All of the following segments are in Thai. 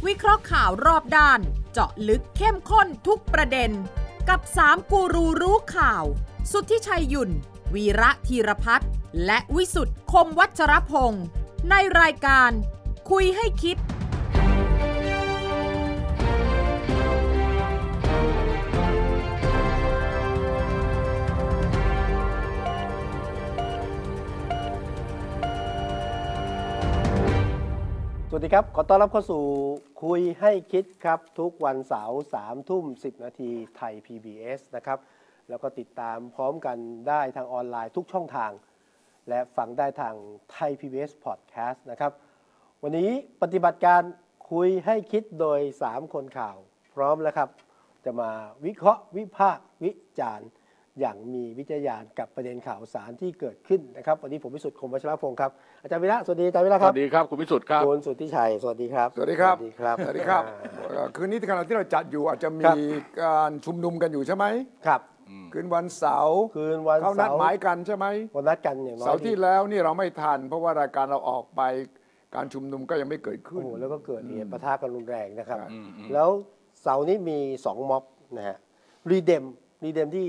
วิเคราะห์ข่าวรอบด้านเจาะลึกเข้มข้นทุกประเด็นกับ3กูรูรู้ข่าวสุทธิชัยหยุ่นวีระธีรพัฒน์และวิสุทธ์คมวัชรพงศ์ในรายการคุยให้คิดสวัสดีครับขอต้อนรับเข้าสู่คุยให้คิดครับทุกวันเสาร์3:10 นาทีไทย PBS นะครับแล้วก็ติดตามพร้อมกันได้ทางออนไลน์ทุกช่องทางและฟังได้ทางไทย PBS Podcast นะครับวันนี้ปฏิบัติการคุยให้คิดโดย3คนข่าวพร้อมแล้วครับจะมาวิเคราะห์วิพากษ์วิจารณ์อย่างมีวิจารณญกับประเด็นข่าวสารที่เกิดขึ้นนะครับวันนี้ผมวิสุทธิ์คมวัชรพงศ์ครับอาจารย์วิระสวัสดีอาจารย์วิระครับสวัสดีครับคุณวิสุทธิ์ครับคุณสุทธิชัยสวัสดีครับสวัสดีครับสวัสดีครับสวัสดีครับคืนนี้ที่ขณะที่เราจัดอยู่อาจจะมีการชุมนุมกันอยู่ใช่ไหมครับคืนวันเสาร์เขานัดหมายกันใช่ไหมวันนัดกันอย่างน้อยเสาร์ที่แล้วนี่เราไม่ทันเพราะว่ารายการเราออกไปการชุมนุมก็ยังไม่เกิดขึ้นแล้วก็เกิดเหตุปะทะกันรุนแรงนะครับแล้วเสาร์นี้มี2ม็อบนะฮะรีเดมที่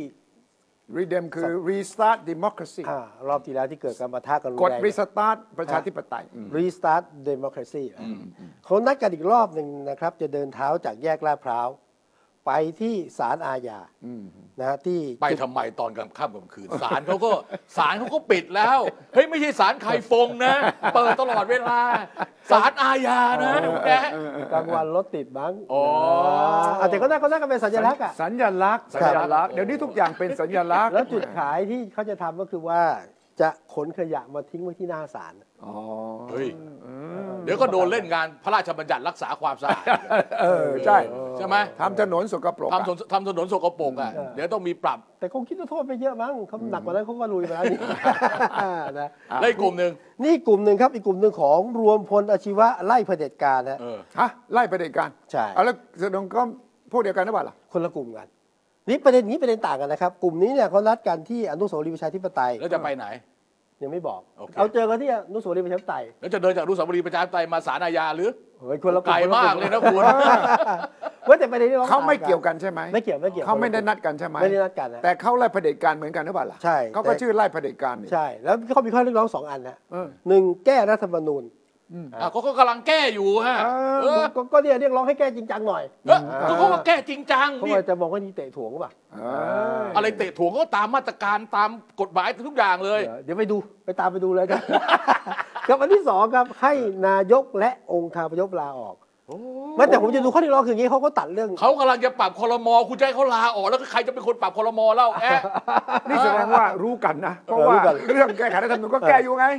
Redem คือ Restart Democracy รอบที่แล้วที่เกิดการปะทะกันรุนกดแรง Restart ประชาธิปไตย Restart Democracy เขานัดกันอีกรอบหนึ่งนะครับจะเดินเท้าจากแยกลาดพร้าวไปที่ศาลอาญานะฮะที่ไปทำไมตอนกลางค่ำกลางคืนศาลเขาก็ปิดแล้วเฮ้ยไม่ใช่ศาลไข่ฟงนะเปิดตลอดเวลาศาลอาญานะแกกลางวันรถติดบ้างแต่ก็น่ากันเป็นสัญลักษณ์สัญลักษณ์เดี๋ยวนี้ทุกอย่างเป็นสัญลักษณ์แล้วจุดขายที่เขาจะทำก็คือว่าจะขนขยะมาทิ้งไว้ที่หน้าศาลเฮ้ยเดี๋ยวก็โดนเล่นงานพระราชบัญญัติรักษาความสะอาดใช่ไหมทำถนนสกปรกทำถนนสกปรกอ่ะเดี๋ยวต้องมีปรับแต่คงคิดว่าโทษไปเยอะมั้งเขาหนักกว่านั้นเขาก็ลุยมาแล้วนี่นะแล้วอีกกลุ่มหนึ่งนี่กลุ่มหนึ่งครับอีกกลุ่มหนึ่งของรวมพลอาชีวะไล่เผด็จการฮะไล่เผด็จการใช่แล้วแสดงก็พวกเดียวกันหรือเปล่าล่ะคนละกลุ่มกันนี่ประเด็นต่างกันนะครับกลุ่มนี้เนี่ยเขานัดกันที่อนุสาวรีย์ประชาธิปไตยแล้วจะไปไหนยังไม่บอกเอาเจอกันที่อนุสาวรีย์ประชาธิปไตยแล้วจะเดินจากอนุสาวรีย์ประชาธิปไตยมาศาลอาญาหรือคนละไกลมากเลยนะคุณว่าแต่ประเด็นนี้เขาไม่เกี่ยวกันใช่ไหมไม่เกี่ยวเขาไม่ได้นัดกันใช่ไหมไม่ได้นัดกันแต่เขาไล่เผด็จการเหมือนกันหรือเปล่าล่ะใช่เขาก็ชื่อไล่เผด็จการใช่แล้วเขามีข้อเรียกร้อง2 อันนะ1แก้รัฐธรรมนูญเขาก็กำลังแก้อยู่ฮะก็เรียกร้องให้แก้จริงจังหน่อยเขาก็แก้จริงจังเขาจะบอกว่านี่เตะถ่วงป่ะอะไรเตะถ่วงก็ตามมาตรการตามกฎหมายทุกอย่างเลยเดี๋ยวไปตามไปดูเลยกันครับอันที่2ครับให้นายกและองค์คาพยพลาออกไม่แต่ผมจะดูข้อที่ร้องคืออย่างนี้เขาก็ตัดเรื่องเขากำลังจะปรับครม.คุณจะให้เขาลาออกแล้วใครจะเป็นคนปรับครม.เล่านี่แสดงว่ารู้กันนะเพราะว่าเรื่องแก้ไขรัฐธรรมนูญก็แก้อยู่ไง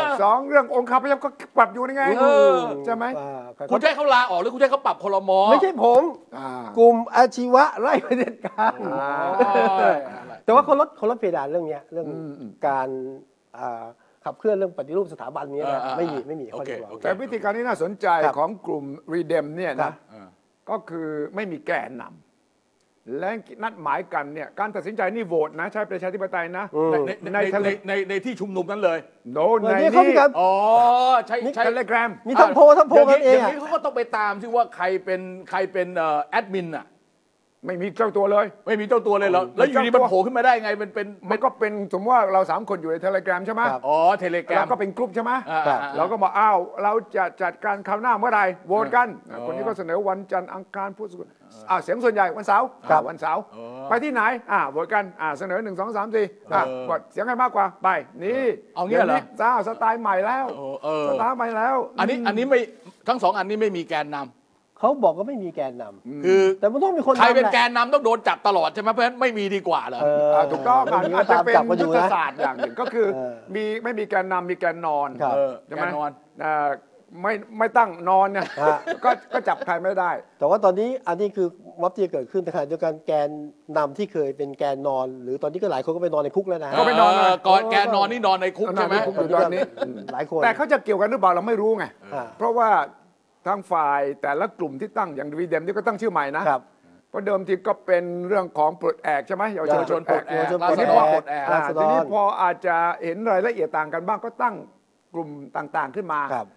2เรื่ององค์คาพยพก็ปรับอยู่นี่ไงใช่ไหมคุณจะให้เขาลาออกหรือคุณจะให้เขาปรับครม. ไม่ใช่ผมกลุ่มอาชีวะไล่เผด็จการแต่ว่าเขาลดเพดานเรื่องนี้เรื่องการขับเคลื่อนเรื่องปฏิรูปสถาบันนี้นะไม่มีข้อเรียกร้องแต่วิธีการนี้น่าสนใจของกลุ่ม Redem เนี่ยนะก็คือไม่มีแกนนำและนัดหมายกันเนี่ยการตัดสินใจนี่โหวตนะใช้ประชาธิปไตยนะในที่ชุมนุมนั้นเลยในนี้ใช้ Telegram มีทั้งโพกันเองอย่างนี้เขาก็ต้องไปตามที่ว่าใครเป็นแอดมินอ่ะไม่มีเจ้าตัวเลยไม่มีเจ้าตัวเลยเหรอแล้วอยู่ดีมันโผล่ขึ้นมาได้ไงมันก็เป็นสมมติว่าเรา3คนอยู่ใน Telegram ใช่ไหม Telegram เราก็เป็นกลุ่มใช่ไหมเราก็บอกเราจะจัดการคราวหน้าเมื่อไหร่โหวตกันคนนี้ก็เสนอวันจันทร์อังคารพุธศุกร์เสียงส่วนใหญ่วันเสาร์ไปที่ไหนโหวตกันเสนอ1 2 3 4กดเสียงใครมากกว่าไปนี่เอางี้เหรอสไตล์ใหม่แล้วสไตล์ใหม่แล้วอันนี้ไม่ทั้ง2อันนี้ไม่มีแกนนำเขาบอกก็ไม่มีแกนนำคือแต่มันต้องมีคนใครเป็นแกนนำต้องโดนจับตลอดใช่ไหมเพราะฉะนั้นไม่มีดีกว่าเหรอถูกต้องอาจจะเป็นยุทธศาสตร์อย่างหนึ่งก็คือไม่มีแกนนำมีแกนนอนใช่ไหมไม่ตั้งนอนเนี่ยก็จับใครไม่ได้แต่ว่าตอนนี้อันนี้คือม็อบที่เกิดขึ้นแต่ขณะเดียวกันแกนนำที่เคยเป็นแกนนอนหรือตอนนี้ก็หลายคนก็ไปนอนในคุกแล้วนะก็ไปนอนก่อนแกนนอนนี่นอนในคุกใช่ไหมตอนนี้หลายคนแต่เขาจะเกี่ยวกันหรือเปล่าเราไม่รู้ไงเพราะว่าทางฝ่ายแต่ละกลุ่มที่ตั้งอย่างวีเดมนี่ก็ตั้งชื่อใหม่นะเพราะเดิมทีก็เป็นเรื่องของปลดแอกใช่ไหมเยาวชนปลดแอกทีนี้พออาจจะเห็นรายละเอียดต่างกันบ้างก็ตั้งกลุ่มต่างๆขึ้นมา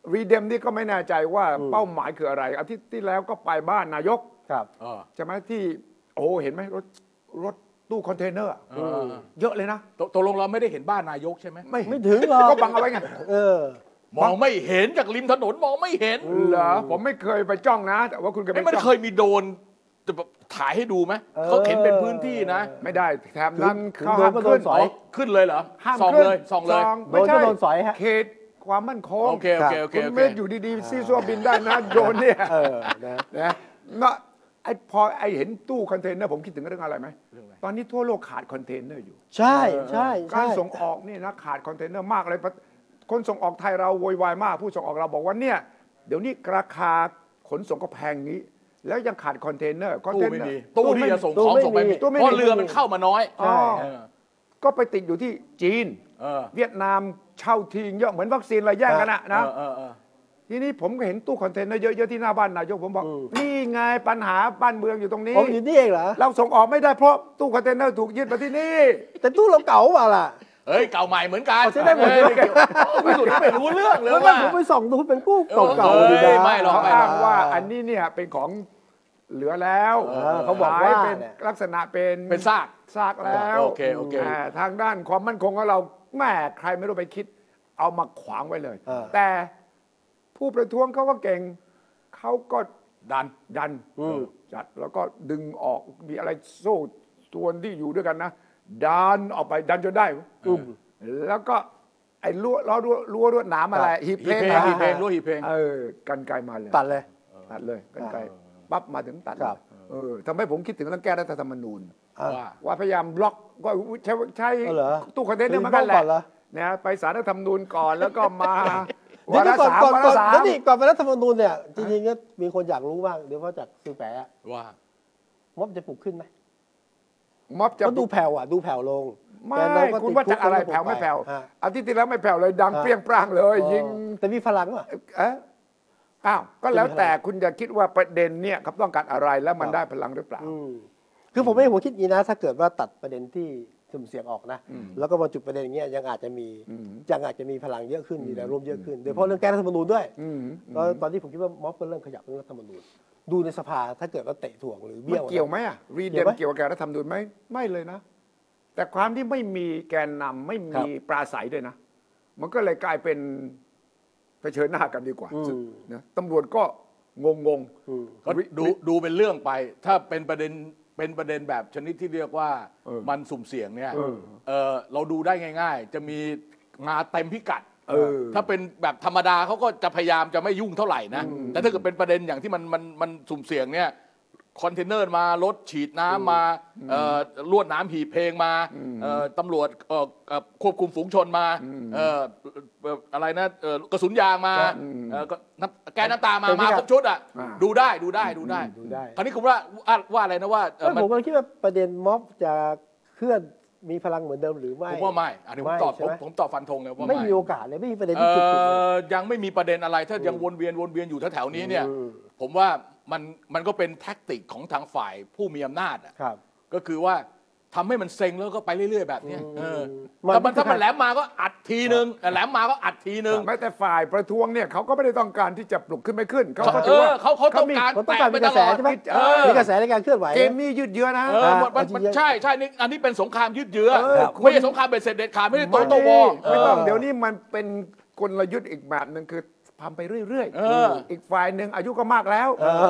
รีเดมนี่ก็ไม่แน่ใจว่าเป้าหมายคืออะไรอาทิตย์ที่แล้วก็ไปบ้านนายกครับใช่ไหมที่โอ้เห็นไหมรถตู้คอนเทนเนอร์เยอะเลยนะตกลงเราไม่ได้เห็นบ้านนายกใช่ไหมไม่ถึงหรอกก็บังเอาไว้ไงมองไม่เห็นจากริมถนนมองไม่เห็นเหรอผมไม่เคยไปจ้องนะ แต่ว่าคุณเคยไปมันจ้องเคยมีโดรนจะแบบถ่ายให้ดูไหมเขาเห็นเป็นพื้นที่นะไม่ได้แถบนั้นถึงเขาโดนห้ามก็โดขึ้นนสอยขึ้นเลยเหรอห้ามส่องขึ้นเลยส่องเลยไม่ใช่โดนก็โดนสอยฮะเขตความมั่นคงโอเคโอเคโอเคคุณโอเคไม่อยู่ดีๆซีซัวบินได้นะโดรนเนี่ยนะนะพอเห็นตู้คอนเทนเนอร์ผมคิดถึงเรื่องอะไรไหมตอนนี้ทั่วโลกขาดคอนเทนเนอร์อยู่ใช่ใช่การส่งออกนี่นะขาดคอนเทนเนอร์มากเลยคนส่งออกไทยเราโวยวายมากผู้ส่งออกเราบอกว่าเนี่ยเดี๋ยวนี้ราคาขนส่งก็แพงงี้ แล้วยังขาดคอนเทนเนอร์ตู้ไม่มีตู้ที่จะส่งของส่งไปเพราะเรือมันเข้ามาน้อยก็ไปติดอยู่ที่จีนเวียดนามเช่าทิ้งเยอะเหมือนวัคซีนอะไรแย่งกันนะทีนี้ผมก็เห็นตู้คอนเทนเนอร์เยอะๆที่หน้าบ้านนายกผมบอกนี่ไงปัญหาบ้านเมืองอยู่ตรงนี้อยู่นี่เองเหรอเราส่งออกไม่ได้เพราะตู้คอนเทนเนอร์ถูกยึดมาที่นี่แต่ตู้เราเก่าเปล่าล่ะเฮ้ยเก่าใหม่เหมือนกันใช่ได้หมดเลยไม่สุดไม่รู้เรื่องเลยแล้วว่าผมไปส่องดูเป็นกู้เก่าเอ้ๆยไม่หรอกเขาอ้างว่าอันนี้เนี่ยเป็นของเหลือแล้วเขาบอกว่าเป็นลักษณะเป็นเป็นซากซากแล้วโอเคโอเคทางด้านความมั่นคงของเราแม่ใครไม่รู้ไปคิด เอามาขวางไว้เลย แต่ผู้ประท้วงเขาก็เก่งเขาก็ดันจัดแล้วก็ดึงออกมีอะไรโซ่ตัวที่อยู่ด้วยกันนะดันออกไปดันจนได้แล้วก็ไอ้รั้วรวดหนามอะไรหีบเพลงหีบเพลงรั้วหีบเพลงกันไกลมาเลยตัดเลยกันไกลปั๊บมาถึงตัดทำให้ผมคิดถึงเรื่องแก้รัฐธรรมนูญ ว่าพยายามบล็อกก็ใช้ตู้คอนเทนเนอร์เหมือนกันแหละนะไปศาลรัฐธรรมนูญก่อนแล้วก็มาวาระสามวาระสามนี่ก่อนไปรัฐธรรมนูญเนี่ยจริงๆก็มีคนอยากรู้บ้างเดี๋ยวเพราะจากซื้อแปะว่าม็อบจะปลุกขึ้นไหมม็อบจะดูแผ่วดูแผ่วลงไม่คุณว่าจากอะไรแผ่วไม่แผ่วอาทิตย์ที่แล้วไม่แผ่วเลยดังเปรี้ยงปร้างเลยยิงแต่มีพลังว่ะอ้าวก็แล้วแต่คุณจะคิดว่าประเด็นเนี่ยเขาต้องการอะไรแล้วมันได้พลังหรือเปล่าคือผมไม่หัวคิดนี้นะถ้าเกิดว่าตัดประเด็นที่สุ่มเสียงออกนะแล้วก็มาจุดประเด็นอย่างเงี้ยยังอาจจะมีพลังเยอะขึ้นมีแนวร่วมเยอะขึ้นโดยเฉพาะเรื่องแก้รัฐธรรมนูญด้วยตอนที่ผมคิดว่าม็อบก็เริ่มขยับเรื่องรัฐธรรมนูญดูในสภาถ้าเกิดว่าเตะถ่วงหรือเบี้ยวเกี่ยวไหมรีเดมเกี่ยวกับการรัฐธรรมนูญไหมไม่เลยนะแต่ความที่ไม่มีแกนนำไม่มีปราศัยด้วยนะมันก็เลยกลายเป็นเผชิญหน้ากันดีกว่านะตำรวจก็งงก็ดูเป็นเรื่องไปถ้าเป็นประเด็นแบบชนิดที่เรียกว่ามันสุ่มเสี่ยงเนี่ยเราดูได้ง่ายๆจะมีมาเต็มพิกัดถ้าเป็นแบบธรรมดาเขาก็จะพยายามจะไม่ยุ่งเท่าไหร่นะแต่ถ้าเกิดเป็นประเด็นอย่างที่มันสุ่มเสี่ยงเนี่ยคอนเทนเนอร์มารถฉีดน้ำมาลวดน้ำหีบเพลงมาตำรวจควบคุมฝูงชนมาอะไรนะกระสุนยางมาแก๊สน้ำตามาครบชุดอ่ะดูได้คราวนี้คุณว่าอะไรนะว่าผมก็คิดว่าประเด็นม็อบจะเคลื่อนมีพลังเหมือนเดิมหรือไม่ผมว่าไม่อันนี้ผมตอบฟันธงเลยว่าไม่มีโอกาสเลยไม่มีประเด็นที่ยังไม่มีประเด็นอะไรถ้ายังวนเวียนอยู่แถวๆนี้เนี่ยผมว่ามันก็เป็นแท็กติกของทางฝ่ายผู้มีอำนาจก็คือว่าทำให้มันเซ็งแล้วก็ไปเรื่อยๆแบบนี้ถ้ามันแหลมมาก็อัดทีนึงแหลมมาก็อัดทีนึงไม่แต่ฝ่ายประท้วงเนี่ยเขาก็ไม่ได้ต้องการที่จะปลุกขึ้นไม่ขึ้นเขาก็ถือว่าเขาต้องการมีกระแสใช่ไหมมีกระแสในการเคลื่อนไหวเกมนี้ยืดเยื้อนะใช่นี่อันนี้เป็นสงครามยืดเยื้อไม่ใช่สงครามเบ็ดเสร็จเด็ดขาดไม่ได้โตวอไม่ต้องเดี๋ยวนี้มันเป็นกลยุทธ์อีกแบบนึงคือทำไปเรื่อยๆอีกฝ่ายหนึ่งอายุก็มากแล้ว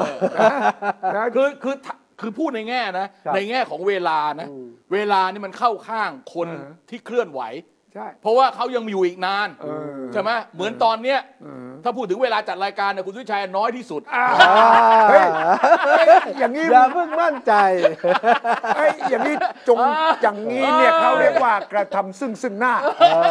คือพูดในแง่นะในแง่ของเวลานะเวลานี่มันเข้าข้างคนที่เคลื่อนไหวเพราะว่าเขายังอยู่อีกนานใช่ไหมเหมือนตอนเนี้ยถ้าพูดถึงเวลาจัดรายการเนี่ยคุณสุวิชัยน้อยที่สุดอย่างนี้อย่าเพิ่งมั่นใจอย่างนี้อย่างนี้เนี่ยเขาเรียกว่ากระทำซึ่งหน้า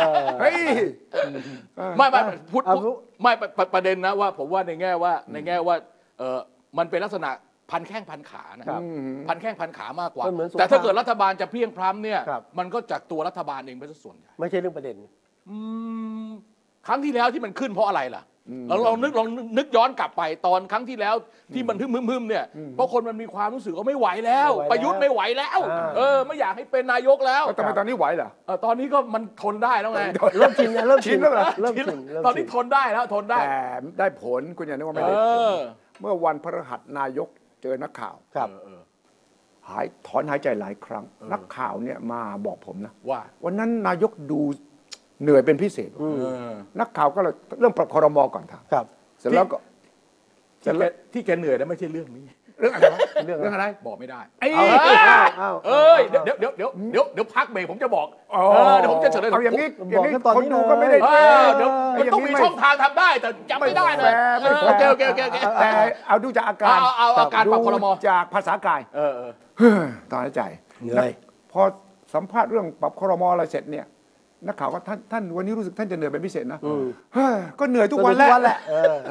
ไม่พูดไม่ประเด็นนะว่าผมว่าในแง่ว่ามันเป็นลักษณะพันแข้งพันขานะพันแข้งพันขามากกว่าแต่ถ้าเกิดรัฐบาลจะเพียงพร้ำเนี่ยมันก็จากตัวรัฐบาลเองเป็นส่วนใหญ่ไม่ใช่เรื่องประเด็นครั้งที่แล้วที่มันขึ้นเพราะอะไรล่ะเรานึกย้อนกลับไปตอนครั้งที่แล้วที่มันฮึ่มเนี่ยเพราะคนมันมีความรู้สึกว่าไม่ไหวแล้วประยุทธ์ไม่ไหวแล้วไม่อยากให้เป็นนายกแล้วทำไมตอนนี้ไหวเหรอตอนนี้ก็มันทนได้แล้วไงเริ่มชินแล้วเหรอตอนนี้ทนได้แล้วทนได้แต่ได้ผลคุณอย่านึกว่าไม่ได้ผลเมื่อวันพฤหัสนายกเจอนักข่าวครับถอนหายใจหลายครั้งนักข่าวเนี่ยมาบอกผมนะว่าวันนั้นนายกดูเหนื่อยเป็นพิเศษนักข่าวก็เลยเรื่องปรับครม.ก่อนครับเสร็จแล้วก็ที่แกเหนื่อยนั้นไม่ใช่เรื่องนี้เรื่องอะไรเรื่องอะไรบอกไม่ได้เดี๋ยวพักเบรกผมจะบอกเดี๋ยวผมจะเฉลยเอาอย่างนี้คนดูก็ไม่ได้เดี๋ยวมันต้องมีช่องทางทำได้แต่จำไม่ได้เลยโอเคแต่เอาดูจากอาการอาการปรับครม. จากภาษากายตอนหายใจเหนื่อยพอสัมภาษณ์เรื่องปรับครม.อะไรเสร็จเนี่ยนักข่าวว่าท่านวันนี้รู้สึกท่านจะเหนื่อยเป็นพิเศษนะก็เหนื่อยทุกวันแหละ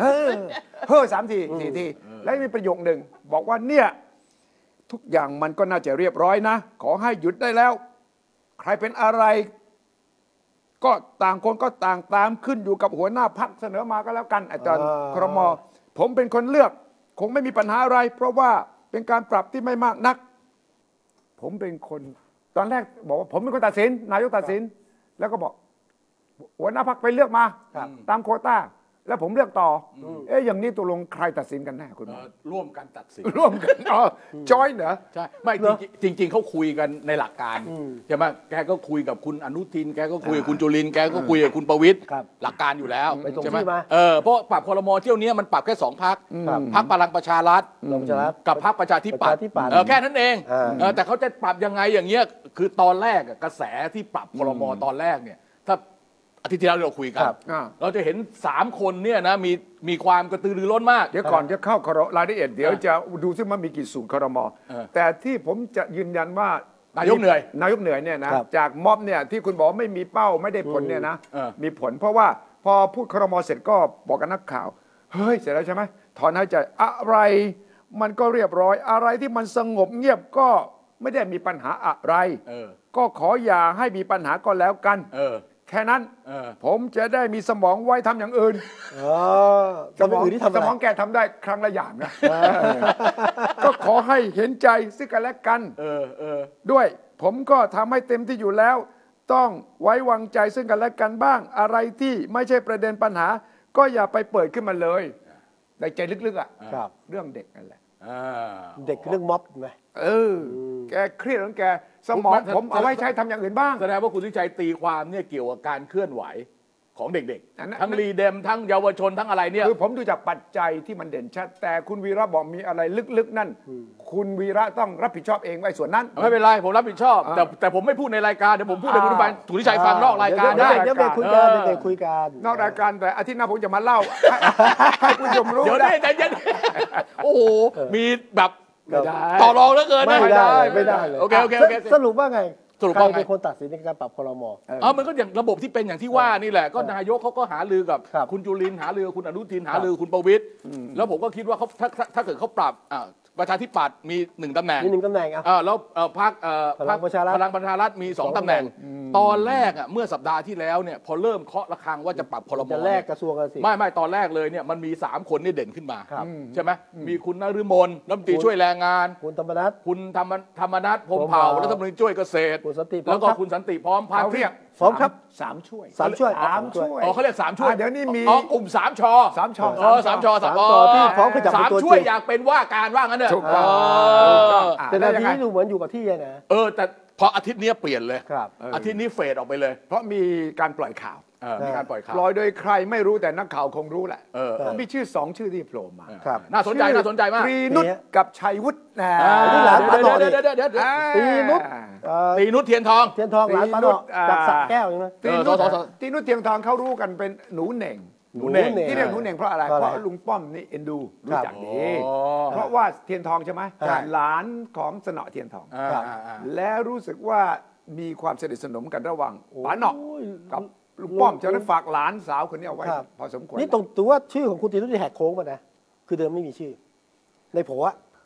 3 ที 4 ทีแล้วมีประโยคหนึ่งบอกว่าเนี่ยทุกอย่างมันก็น่าจะเรียบร้อยนะขอให้หยุดได้แล้วใครเป็นอะไรก็ต่างคนก็ต่างตามขึ้นอยู่กับหัวหน้าพรรคเสนอมาก็แล้วกันอาจารย์ครม.ผมเป็นคนเลือกคงไม่มีปัญหาอะไรเพราะว่าเป็นการปรับที่ไม่มากนักผมเป็นคนตอนแรกบอกว่าผมเป็นคนตัดสินนายกตัดสินแล้วก็บอกหัวหน้าพรรคไปเลือกมาตามโควต้าแล้วผมเลือกต่ออย่างนี้ตกลงใครตัดสินกันแน่คุณร่วมกันตัดสินร่วมกันจอยเหรอใช่ไม่จริงเขาคุยกันในหลักการใช่ไหมแกก็คุยกับคุณอนุทินแกก็คุยกับคุณจุลินทร์แกก็คุยกับคุณประวิตรหลักการอยู่แล้วใช่ไหมเพราะปรับครม.เที่ยวนี้มันปรับแค่2 พรรคพรรคพลังประชารัฐกับพรรคประชาธิปัตย์แค่นั้นเองแต่เขาจะปรับยังไงอย่างเงี้ยคือตอนแรกกระแสที่ปรับครม.ตอนแรกเนี่ยถ้าอาทิตย์ที่แล้วเราคุยกันเราจะเห็น3 คนเนี่ยนะมีความกระตือรือร้นมากเดี๋ยวก่อนจะเข้ารายละเอียดเดี๋ยวจะดูซึ่งมันมีกี่สูตรครม.แต่ที่ผมจะยืนยันว่านายกเหนื่อยเนี่ยนะจากม็อบเนี่ยที่คุณบอกไม่มีเป้าไม่ได้ผลเนี่ยนะมีผลเพราะว่าพอพูดครม.เสร็จก็บอกกับนักข่าวเฮ้ยเสร็จแล้วใช่ไหมถอนหายใจอะไรมันก็เรียบร้อยอะไรที่มันสงบเงียบก็ไม่ได้มีปัญหาอะไรก็ขออย่าให้มีปัญหาก็แล้วกันแค่นั้นผมจะได้มีสมองไว้ทำอย่างอื่นสมองแกทำได้ครั้งละอย่างนะก็ขอให้เห็นใจซึ่งกันและกันด้วยผมก็ทำให้เต็มที่อยู่แล้วต้องไว้วางใจซึ่งกันและกันบ้างอะไรที่ไม่ใช่ประเด็นปัญหาก็อย่าไปเปิดขึ้นมาเลยในใจลึกๆเรื่องเด็กนั่นแหละเด็กเรื่องม็อบไหมแกเครียดของแกสมองผมเอาไว้ใช้ทำอย่างอื่นบ้างแสดงว่าคุณทิชัยตีความเนี่ยเกี่ยวกับการเคลื่อนไหวของเด็กๆทั้งรีเดมทั้งเยาวชนทั้งอะไรเนี่ยคือผมดูจากปัจจัยที่มันเด่นชัดแต่คุณวีระบอกมีอะไรลึกๆนั่นคุณวีระต้องรับผิดชอบเองไว้ส่วนนั้นไม่เป็นไรผมรับผิดชอบแต่ผมไม่พูดในรายการเดี๋ยวผมพูดในคุณทิชัยฟังนอกรายการได้เดี๋ยวคุยกันนอกรายการแต่อาทิตย์หน้าผมจะมาเล่าให้ผู้ชมรู้เดี๋ยวได้ใจเย็นโอ้โหมีแบบต่อรองเหลือเกินไม่ได้เลยโอเคสรุปว่าไงใครเป็นคนตัดสินในการปรับครม. มันก็อย่างระบบที่เป็นอย่างที่ว่านี่แหละก็นายกเขาก็หารือกับคุณจุลินทร์หารือคุณอนุทินหารือคุณประวิตรแล้วผมก็คิดว่าเขาถ้าเกิดเขาปรับประชาธิปัตย์มี1 ตำแหน่งแล้วพรรคพลังประชารัฐมี2 ตำแหน่งตอนแรกเมื่อสัปดาห์ที่แล้วเนี่ยพอเริ่มเคาะระฆังว่าจะปรับครม. จะแลกกระทรวงกันสิไม่ตอนแรกเลยเนี่ยมันมี3 คนนี่เด่นขึ้นมาใช่ไหมมีคุณนฤมลรัฐมนตรีช่วยแรงงานคุณธรรมนัสพรหมเผ่ารัฐมนตรีช่วยเกษตรแล้วก็คุณสันติพร้อมพัฒน์พร้อมครับ 3 ช่วยเขาเรียก3 ช่วยเดี๋ยวนี้มีกลุ่ม3 ช 3 ชที่พร้อมขยับตัว3 ช่วยอยากเป็นว่าการว่างั้นเนอะแต่นาทีดูเหมือนอยู่กับที่นะแต่พออาทิตย์นี้เปลี่ยนเลยอาทิตย์นี้เฟดออกไปเลยเพราะมีการปล่อยข่าวปล่อยโดยใครไม่รู้แต่นักข่าวคงรู้แหละมีชื่อ2 ชื่อที่โผล่มาน่าสนใจมากตรีนุชกับชัยวุฒินี่หลานป้าหน่อยตรีนุชเทียนทองหลานป้าหน่อยจากสระแก้วใช่ไหมตรีนุชเทียนทองเขารู้กันเป็นหนูเหน่งที่เรียกหนูเหน่งเพราะอะไรเพราะลุงป้อมนี่เอ็นดูรู้จักดีเพราะว่าเทียนทองใช่ไหมหลานของสนอเทียนทองและรู้สึกว่ามีความสนิทสนมกันระหว่างป๋าหนอกับลุงป้อมจะได้ฝากหลานสาวคนนี้เอาไว้พอสมควรนี่ตรงตัวว่าชื่อของคุณตรีนุชแหกโค้งมานะคือเดิมไม่มีชื่อในโผล่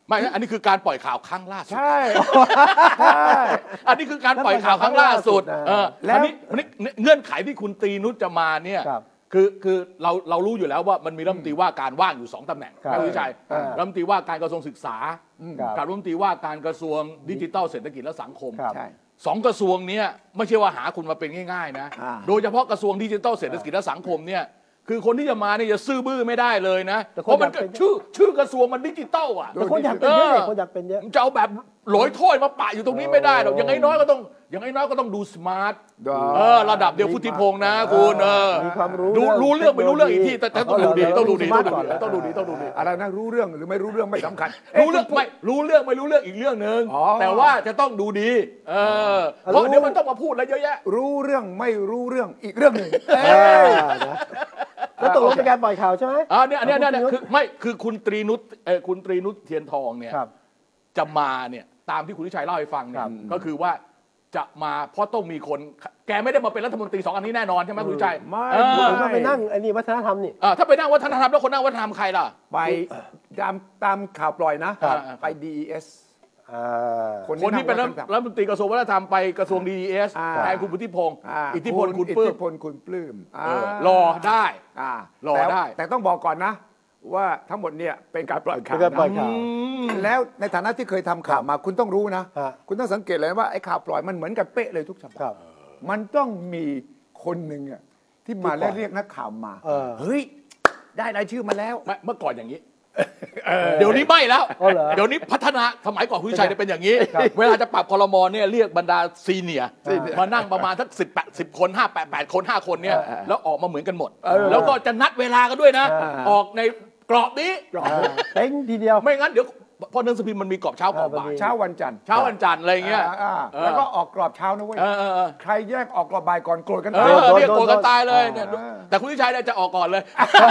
ไม่อันนี้คือการปล่อยข่าวครั้งล่าสุดใช่ใช่อันนี้คือการปล่อยข่าวครั้งล่าสุดแล้วอันนี้เงื่อนไขที่คุณตรีนุชจะมาเนี่ยครับคือเรารู้อยู่แล้วว่ามันมีรัฐมนตรีว่าการว่างอยู่2ตำแหน่งครับนายวิชัยรัฐมนตรีว่าการกระทรวงศึกษาครับกับรัฐมนตรีว่าการกระทรวงดิจิทัลเศรษฐกิจและสังคมครับใช่ 2กระทรวงเนี้ยไม่ใช่ว่าหาคุณมาเป็นง่ายๆนะอ่าโดยเฉพาะกระทรวงดิจิทัลเศรษฐกิจและสังคมเนี่ยคือคนที่จะมาเนี่ยจะซื่อบื้อไม่ได้เลยนะแต่คนเพราะมันอยากเป็นชื่อกระทรวงมันดิจิทัลอ่ะแต่คนอยากเป็นเยอะเลยคนอยากเป็นเยอะจะเอาแบบโหลอยถ้วยมาปะอยู่ตรงนี้ไม่ได้หรอกอย่างน้อยก็ต้องดูสมาร์ทระดับเดียวพุทธิพงษ์นะคุณมีความรู้รู้เรื่องไม่รู้เรื่องอีกที่แต่ต้องดูดีต้องดูดีต้ต้ออง งดูดูดีดีต้องดูดีอะไรนะรู้เรื่องหรือไม่รู้เรื่องไม่สำคัญรู้เรื่องไม่รู้เรื่องอีกเรื่องหนึ่งอ๋อแต่ว่าจะต้องดูดีเพราะเดี๋ยวมันต้องมาพูดอะไรเยอะแยะรู้เรื่องไม่รู้เรื่องอีกเรื่องหนึ่งนะแล้วตกลงเป็นการปล่อยข่าวใช่ไหมเนี่ยคือคุณตรีนุชเทียนทองเนี่ยครับจะมาเนี่ยตามที่คุณวิชัยเล่าให้ฟังเนี่ยก็คือว่าจะมาเพราะต้องมีคนแกไม่ได้มาเป็นรัฐมนตรี2อันนี้แน่นอนใช่ไหมคุณวิชัยไม่ผมก็ไปนั่งไอ้นี่วัฒนธรรมนี่ถ้าไปนั่งวัฒนธรรมแล้วคนนั่งวัฒนธรรมใครล่ะไปตามข่าวปล่อยนะครับไป DES คนที่เป็นรัฐมนตรีกระทรวงวัฒนธรรมไปกระทรวง DES แทนคุณพุทธิพงศ์อิทธิพลคุณปลื้มอิทธิพลคุณปลื้มรอได้ รอแต่ได้แต่ต้องบอกก่อนนะ ว่าทั้งหมดเนี่ยเป็นการปล่อยข่าวเป็นการปล่อยข่าวแล้วในฐานะที่เคยทำข่าวมาคุณต้องรู้นะฮะคุณต้องสังเกตเลยว่าไอ้ข่าวปล่อยมันเหมือนกันเป๊ะเลยทุกฉบับครับมันต้องมีคนหนึ่งอะที่มาแล้วเรียกนักข่าวมา เฮ้ย ได้รายชื่อมาแล้วเมื่อก่อนอย่างนี้ เดี๋ยวนี้ไม่แล้วอ๋อเหรอเดี๋ยวนี้พัฒนาสมัยก่อนคุณวิชัยเนี่ยเป็นอย่างนี้ เวลาจะปรับครม.เนี่ยเรียกบรรดาซีเนียร์มานั่งประมาณสัก10 คน8 คน5 คนเนี่ยแล้วออกมาเหมือนกันหมด แล้วก็จะนัดเวลากันด้วยนะ ออกในกรอบนี้เต็งทีเดียวไม่งั้นเดี๋ยวพอหนังสือพิมพ์มันมีกรอบเช้ากรอบบ่ายเช้าวันจันทร์เช้าวันจันทร์อะไรอย่างเงี้ยแล้วก็ออกกรอบเช้านะเว้ย ใครแยกออกกรอบบ่ายก่อนโกรธกันเรียกโกรธกันตายเลยเนี่ยแต่คุณวิชัยเนี่ยจะออกก่อนเลย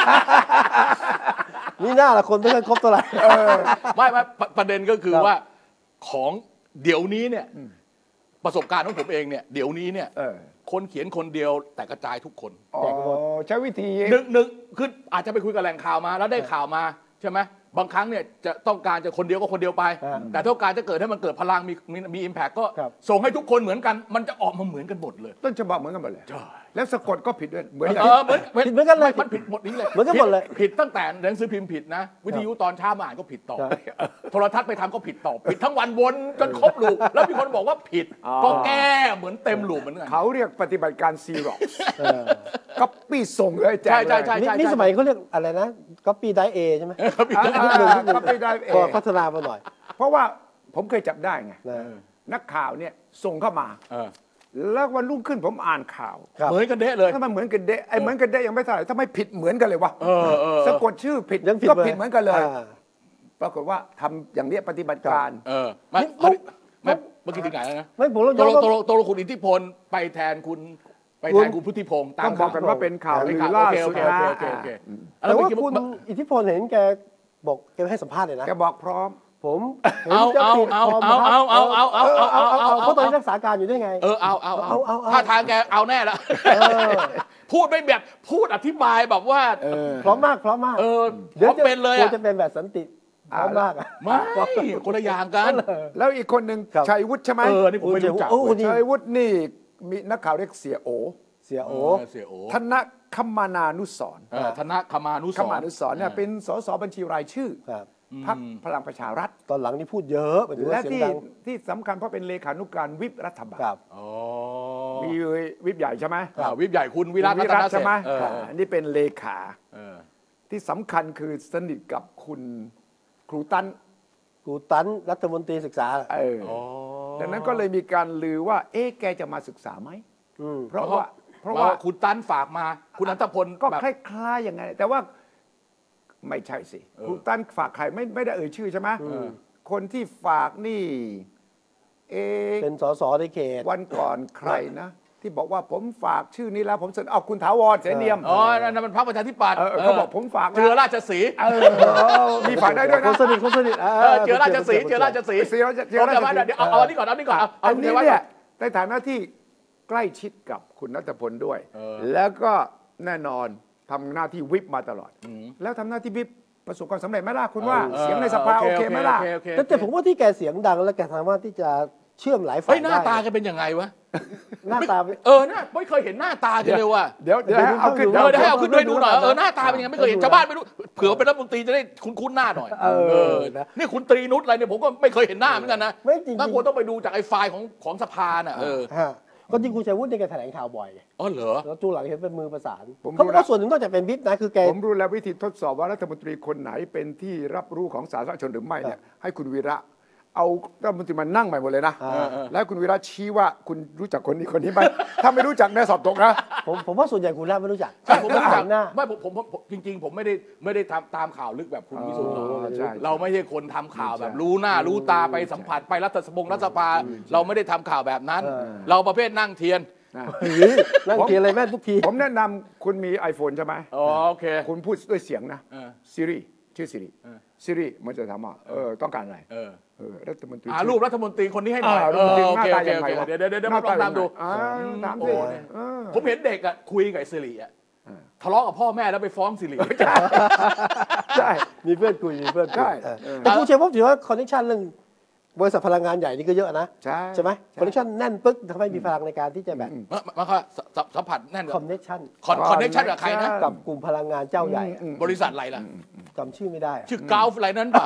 นี่หน้าละคนไม่ค่อยครบเท่าไหร่ไม่ประเด็นก็คือว่าของเดี๋ยวนี้เนี่ยประสบการณ์ของผมเองเนี่ยเดี๋ยวนี้เนี่ยคนเขียนคนเดียวแต่กระจายทุกคนใช้วิธีนึกคืออาจจะไปคุยกับแหล่งข่าวมาแล้วได้ข่าวมาใช่ไหมบางครั้งเนี่ยจะต้องการจะคนเดียวก็คนเดียวไป แต่ถ้าการจะเกิดให้มันเกิดพลังมีอิมแพคก็ครับส่งให้ทุกคนเหมือนกันมันจะออกมาเหมือนกันหมดเลยต้นฉบับเหมือนกันหมดเลยใช่แล้วสะกดก็ผิดด้วยเหมือนกันผิดเหมือนกันเลยมันผิดหมดนี้เลยเหมือนกันหมดเลยผิดตั้งแต่หนังสือพิมพ์ผิดนะ วิทยุตอนเช้ามาอ่านก็ผิดต่อ โทรทัศน์ไปทำก็ผิดต่อ ผิดทั้งวันวนจนครบลูปแล้วมีคนบอกว่าผิดก็แก้เหมือนเต็มลูปเหมือนกันเขาเรียกปฏิบัติการซีร็อกก็ปี้ส่งเลยแจกใช่นี่สมัยเขาเรียกอะไรนะก๊อปปี้ไดเอใช่ไหมก็ไม่ได้เอพอง พัฒนามาหน่อยเพราะว่าผมเคยจับได้ไงนะนักข่าวเนี่ยส่งเข้ามา แล้ววันรุ่งขึ้นผมอ่านข่าวครับเหมือนกันเดะเลยถ้ามันเหมือนกันเดะไอ้เหมือนกันเดะยังไม่เท่าไหร่ถ้าไม่ผิดเหมือนกันเลยวะ สะกดชื่อผิดยังผิดก็เลยผิดเหมือนกันเลยอ่าปรากฏว่าทำอย่างนี้ปฏิบัติการไม่นี่ไม่เมื่อกี้ถึงไหนแล้วนะไม่ผมเราตย้อนกลงคุณอิทธิพลไปแทนคุณพุทธิพงศ์ตาต้มองบอกกันว่าเป็นข่าวเป็นลือข่าวล่าโอเคสุดนะโอเคแต่ว่าคุณอิทธิพลเห็นแกบอกแกให้สัมภาษณ์เลยนะแกบอกพร้อมผมจะปิดคอมครับเพราะตอนนี้รักษาการอยู่ได้ไงเอาถ้าทางแกเอาแน่ละพูดไม่แบบพูดอธิบายแบบว่าพร้อมมากพร้อมมากเดี๋ยวเป็นเลยจะเป็นแบบสันติพร้อมมากอะไม่คนละอย่างกันแล้วอีกคนหนึ่งครับชัยวุฒิใช่ไหมนี่ผมไม่รู้จักชัยวุฒินี่มีนักข่าวเรียกเสียโอเสียโอเสียโอธนคมนานุสรณ์ธนคมานุสครมานุสรณ์เนี่ยเป็นสสบัญชีรายชื่อครับพรรคพลังประชารัฐตอนหลังนี่พูดเยอะไปถึงและว่าเสียงที่ดังที่สำคัญเพราะเป็นเลขานุการวิปรัฐบาลครับมีวิปใหญ่ใช่ไหมวิบใหญ่คุณวิรัตวิรัตนเศรใช่ไหมษฐ์อันนี้เป็นเลขาที่สำคัญคือสนิทกับคุณครูตั้นกูตันรัฐมนตรีศึกษาดังนั้นก็เลยมีการลือว่าแกจะมาศึกษาไหมเพราะว่าคุณตั้นฝากมาคุณอันตพลก็คล้ายๆอย่างไงแต่ว่าไม่ใช่สิครูตั้นฝากใครไม่ได้เอ่ยชื่อใช่ไหมคนที่ฝากนี่เป็นสสในเขตวันก่อนใครนะ ที่บอกว่าผมฝากชื่อนี้แล้วผมเสนอเอาคุณถาวรเสนเนียมนั่นมันพรรคประชาธิปัตย์เขาบอกผมฝากเจือราชสีห์มีฝากได้ด้วยคนะนสนิทเจือราชสีห์เดี๋ยวเอาอันนี้ก่อนเอาอันนี้ก่อนอันนี้เนี่ยในฐานะที่ใกล้ชิดกับคุณณัฐพลด้วย แล้วก็แน่นอนทำหน้าที่วิปมาตลอดแล้วทำหน้าที่วิปประสบความสำเร็จไหมล่ะคุณว่าเสียงในสภาโอเคไหมล่ะแต่ผมว่าที่แกเสียงดังและแกสามารถที่จะเชื่อมหลายฝ่ายเฮ้ยหน้าได้ตาแกเป็นยังไงวะหน้าตาน่าไม่เคยเห็นหน้าตาแกเลยว่ะเดี๋ยวให้เอาขึ้นเดี๋ยวให้เอาขึ้นด้วยดูหน่อยหน้าตาเป็นยังไงไม่เคยเห็นชาวบ้านไม่รู้เผื่อเป็นรัฐมนตรีจะได้คุ้นหน้าหน่อยนี่คุณตรีนุชอะไรเนี่ยผมก็ไม่เคยเห็นหน้าเหมือนกันนะไม่จริงน่ากลัวต้องไปดูจากไอ้ไฟล์ของสภาน่ะก็จริงคุณชัยวุฒิในการแถลงข่าวบ่อยอ๋อเหรอแล้วจูหลังเห็นเป็นมือประสานผมเขาบอกว่าส่วนหนึ่งนอกจากเป็นวิปนะคือแกผมรู้แล้ววิธีทดสอบว่ารัฐมนตรีคนไหนเป็นที่รับรู้ของสาธารณชนหรือไม่เนี่ยให้คุณวีระเอารัฐมนตรีมานั่งใหม่หมดเลยนะแล้วคุณวีระชี้ว่าคุณรู้จักคนนี้ไหมถ้าไม่รู้จักแน่สอบตกนะผมว่าส่วนใหญ่คุณน่าไม่รู้จักใช่ผมไม่รู้จักหน้าไม่ผมจริงๆผมไม่ได้ตามข่าวลึกแบบคุณวิสุทธิ์เราไม่ใช่คนทำข่าวแบบรู้หน้ารู้ตาไปสัมผัสไปรัฐสภาเราไม่ได้ทำข่าวแบบนั้นเราประเภทนั่งเทียนนั่งเทียนอะไรแม่ทุกทีผมแนะนำคุณมี iPhone ใช่ไหมโอเคคุณพูดด้วยเสียงนะซิริชื่อซิริมันจะถามว่าต้องการอะไรรัฐมนตรีรูปรัฐมนตรีคนนี้ให้หน่อยโอเคเดี๋ยวมาลองตามดูถามสิผมเห็นเด็กอ่ะคุยกับสิริอ่ะทะเลาะกับพ่อแม่แล้วไปฟ้องสิริใช่มีเพื่อนคุยแต่ผู้เชี่ยวชาญถือว่าคอนเนคชั่นเรื่องบริษัทพลังงานใหญ่นี่ก็เยอะนะใช่ไหมคอนเนคชั่นแน่นปึ๊กทำให้มีพลังในการที่จะแบบมันก็สัมผัสแน่นคอนเนคชั่นกับใครนะกับกลุ่มพลังงานเจ้าใหญ่บริษัทอะไรล่ะจำชื่อไม่ได้ชื่อกาวอะไรนั้นป่ะ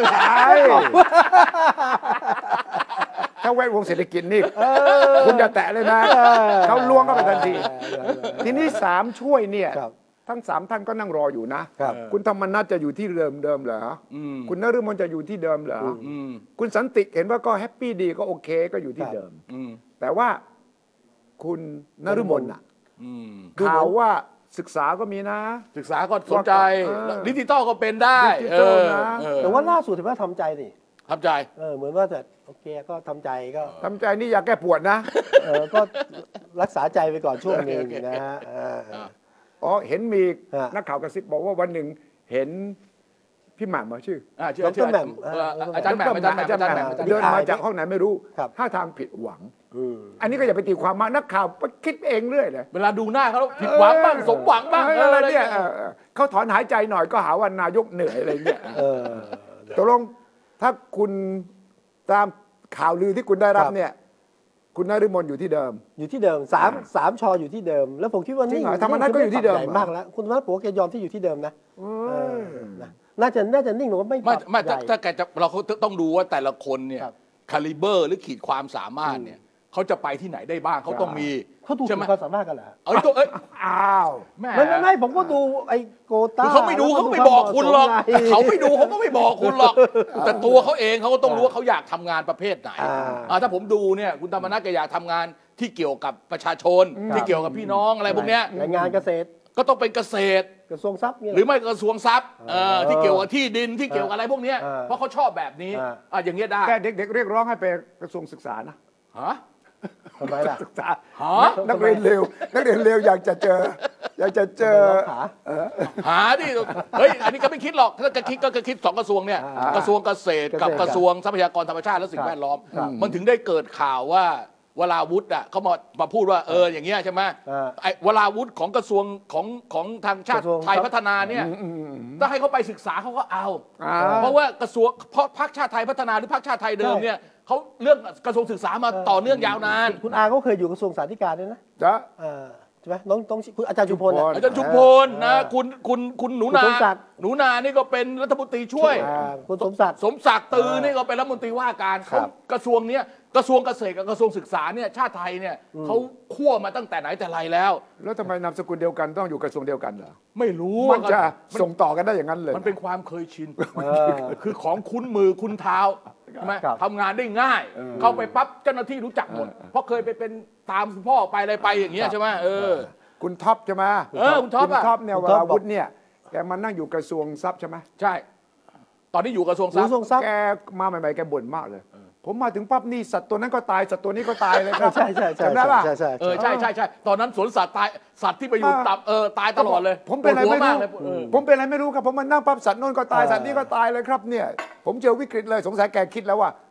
ถ้าแวดวงเศรษฐกิจนี่คุณอย่าแตะเลยนะเขาล้วงเข้าไปทันทีทีนี้3ช่วยเนี่ยทั้ง3ท่านก็นั่งรออยู่นะคุณธรรมนัสจะอยู่ที่เดิมเหรอคุณนฤมลจะอยู่ที่เดิมเหรอคุณสันติเห็นว่าก็แฮปปี้ดีก็โอเคก็อยู่ที่เดิมแต่ว่าคุณนฤมลน่ะข่าวว่าศึกษาก็มีนะศึกษาก็สนใจดิจิตอลก็เป็นได้แต่ว่าล่าสุดถือว่าทำใจนี่ทำใจเหมือนว่าแต่โอเคก็ทำใจนี่อยากแก้ปวดนะก็รักษาใจไปก่อนช่วงนึงนะฮะเห็นมีนักข่าวกระซิบบอกว่าวันหนึ่งเห็นพี่หม่ำชื่อดร.แหม่มอาจารย์แหม่มเดินมาจากห้องไหนไม่รู้ท่าทางผิดหวังอันนี้ก็อย่าไปตีความมานักข่าวไปคิดเองเรื่อยเลยเวลาดูหน้าเขาผิดหวังบ้างสมหวังบ้างอะไรเนี่ยเขาถอนหายใจหน่อยก็หาว่านายกเหนื่อยอะไรเงี้ยตกลงถ้าคุณตามข่าวลือที่คุณได้รับเนี่ยคุณนฤมลอยู่ที่เดิม 3ชออยู่ที่เดิมแล้วผมคิดว่านี่ธรรมนัสก็อยู่ที่เดิมใหญ่มากแล้วคุณธรรมนัสบอกว่าแกยอมที่อยู่ที่เดิมนะน่าจะนิ่งหรือว่าไม่ถ้าแกจะเราต้องดูว่าแต่ละคนเนี่ยคาลิเบอร์หรือขีดความสามารถเนี่ยเขาจะไปที่ไหนได้บ้างเขาต้องมีเขาดูความสามารถกันเหรอไม่ผมก็ดูไอ้โกต้าเขาไม่ดูเขาก็ไม่บอกคุณหรอกเขาไม่ดูเขาก็ไม่บอกคุณหรอกแต่ตัวเขาเองเขาก็ต้องรู้ว่าเขาอยากทำงานประเภทไหนถ้าผมดูเนี่ยคุณธรรมนัสแกอยากทำงานที่เกี่ยวกับประชาชนที่เกี่ยวกับพี่น้องอะไรพวกเนี้ยงานเกษตรก็ต้องเป็นเกษตรกระทรวงทรัพย์หรือไม่กระทรวงทรัพย์ที่เกี่ยวกับที่ดินที่เกี่ยวกับอะไรพวกนี้เพราะเขาชอบแบบนี้อย่างเงี้ยได้แต่เด็กๆเรียกร้องให้ไปกระทรวงศึกษานะทำไมล่ะศึกษานักเรียนเร็วอยากจะเจอหาดิเฮ้ยอันนี้ก็ไม่คิดหรอกถ้าจะคิดก็คิด2กระทรวงเนี่ยกระทรวงเกษตรกับกระทรวงทรัพยากรธรรมชาติและสิ่งแวดล้อมมันถึงได้เกิดข่าวว่าวราวุธอ่ะเขามาพูดว่าอย่างเงี้ยใช่ไหมไอ้วราวุธของกระทรวงของทางชาติไทยพัฒนาเนี่ยถ้าให้เขาไปศึกษาเขาก็เอาเพราะว่ากระทรวงเพราะพรรคชาติไทยพัฒนาหรือพรรคชาติไทยเดิมเนี่ยเขาเรื่องกระทรวงศึกษามาต่อเนื่องยาวนานคุณอาเขาเคยอยู่กระทรวงสาธารณสุขด้วยนะใช่ไหมน้องคุณอาจารย์ชุมพลอาจารย์ชุมพลนะคุณหนูนานี่ก็เป็นรัฐมนตรีช่วยคุณสมศักดิ์ตือนี่ก็เป็นรัฐมนตรีว่าการเขากระทรวงเนี้ยกระทรวงเกษตรกับกระทรวงศึกษาเนี่ยชาติไทยเนี่ยเขาคั่วมาตั้งแต่ไหนแต่ไรแล้วทำไมนามสกุลเดียวกันต้องอยู่กระทรวงเดียวกันเหรอไม่รู้มันจะส่งต่อกันได้อย่างนั้นเลยมันเป็นความเคยชินคือของคุ้นมือคุ้นเท้าใช่ไหมทำงานได้ง่ายเข้าไปปั๊บเจ้าหน้าที่รู้จักหมดเพราะเคยไปเป็นตามพ่อไปอะไรไปอย่างเงี้ยใช่ไหมคุณท็อปใช่ไหมคุณท็อปเนี่ยวราวุธเนี่ยแกมานั่งอยู่กระทรวงทรัพย์ใช่ไหมใช่ตอนนี้อยู่กระทรวงทรัพย์แกมาใหม่ๆแกบ่นมากเลยผมมาถึงปั๊บนี่สัตว์ตัวนั้นก็ตายสัตว์ตัวนี้ก็ตายเลยครับใช่จำได้ป่ะใช่ตอนนั้นสวนสัตว์ตายสัตว์ที่ไปอยู่ตายตลอดเลยผมเป็นอะไรไม่รู้ครับผมมานั่งปั๊บสัตว์โน่นก็ตายสัตว์นี้ก็ตายเลยครับเนี่ยผมเจอวิกฤตเลยสงสัยแกคิดแล้วว่า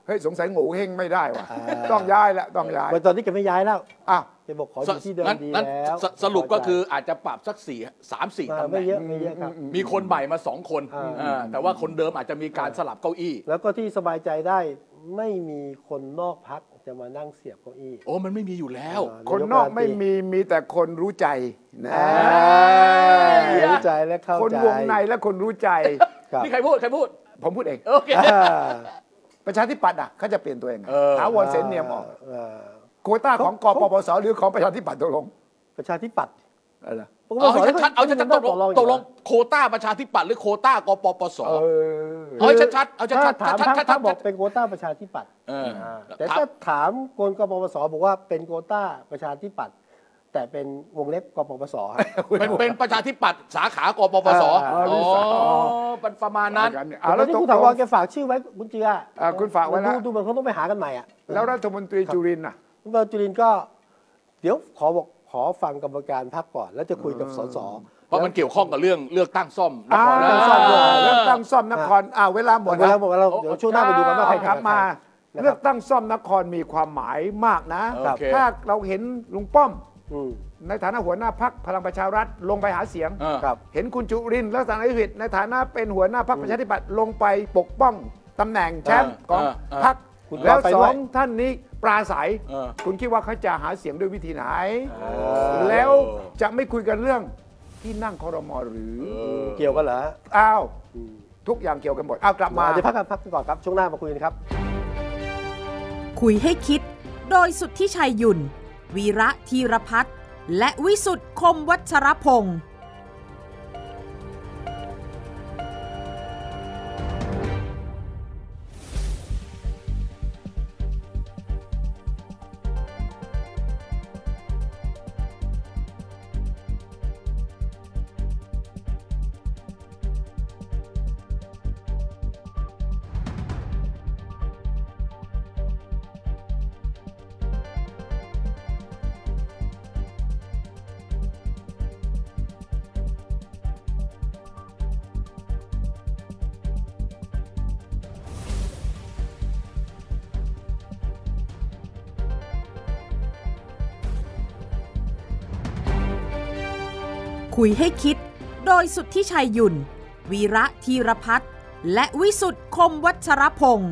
เฮ้ยสงสัยโง่เฮงไม่ได้ว่ะต้องย้ายแล้วต้องย้ายตอนนี้แกไม่ย้ายแล้วอ้าวแกบอกขออยู่ที่เดิมดีแล้วสรุปก็คืออาจจะปรับสัก3-4 ตำแหไม่น่งเยอะไม่เยอะครับมีคนใหม่มา2 คนแต่ว่าคนเดิมอาจจะมีการสลับเก้าอี้แล้วก็ที่สบายใจได้ไม่มีคนนอกพรรคจะมานั่งเสียบเก้าอี้โอ้มันไม่มีอยู่แล้วคนนอกไม่มีแต่คนรู้ใจนะรู้ใจและเข้าใจคนวงในและคนรู้ใจครับนี่ใครพูดผมพูดเองโอเคประชาธิปัตย์เขาจะเปลี่ยนตัวเองถาวรเสนเนียมออกเออโควต้าของกปปสหรือของประชาธิปัตย์ตกลงประชาธิปัตย์อะไรเอาให้ชัดๆเอาชัดๆตกลงโควต้าประชาธิปัตย์หรือโควต้ากปปสเอาให้ชัดๆเอาชัดๆถามพรรคบอกเป็นโควต้าประชาธิปัตย์แต่ถ้าถามคนกปปสบอกว่าเป็นโควต้าประชาธิปัตย์แต่เป็นวงเล็บกปปสเป็นประชาธิปัตย์สาขากปปสประมาณนั้นแล้วที่คุณถาวรแกฝากชื่อไว้คุณเจือคุณฝากไว้แล้วดูเหมือนเขาต้องไปหากันใหม่อ่ะแล้วรัฐมนตรีจุรินทร์น่ะคุณจุรินทร์ก็เดี๋ยวขอฟังกรรมการพรรคก่อนแล้วจะคุยกับสสเพราะมันเกี่ยวข้องกับเรื่องเลือกตั้งซ่อมนครเรื่องตั้งซ่อมนครเวลาหมดแล้วเดี๋ยวช่วงหน้าไปดูกันว่าใครครับมาเลือกตั้งซ่อมนครมีความหมายมากนะถ้าเราเห็นลุงป้อมในฐานะหัวหน้าพรรคพลังประชารัฐลงไปหาเสียงเห็นคุณจุรินทร์ลักษณะวิสิทธิ์ในฐานะเป็นหัวหน้าพรรคประชาธิปัตย์ลงไปปกป้องตำแหน่งแชมป์ของพรรคแล้ว2 ท่านนี้ปราศัยคุณคิดว่าเขาจะหาเสียงด้วยวิธีไหนแล้วจะไม่คุยกันเรื่องที่นั่งครม.หรือเกี่ยวกันเหรออ้าวทุกอย่างเกี่ยวกันหมดเอากลับมาเดี๋ยวพักกันก่อนครับช่วงหน้ามาคุยกันครับคุยให้คิดโดยสุทธิชัยหยุ่นวีระธีรพัฒน์และวิสุทธ์คมวัชรพงศ์คุยให้คิดโดยสุทธิชัยหยุ่นวีระธีรพัฒน์และวิสุทธ์คมวัชรพงศ์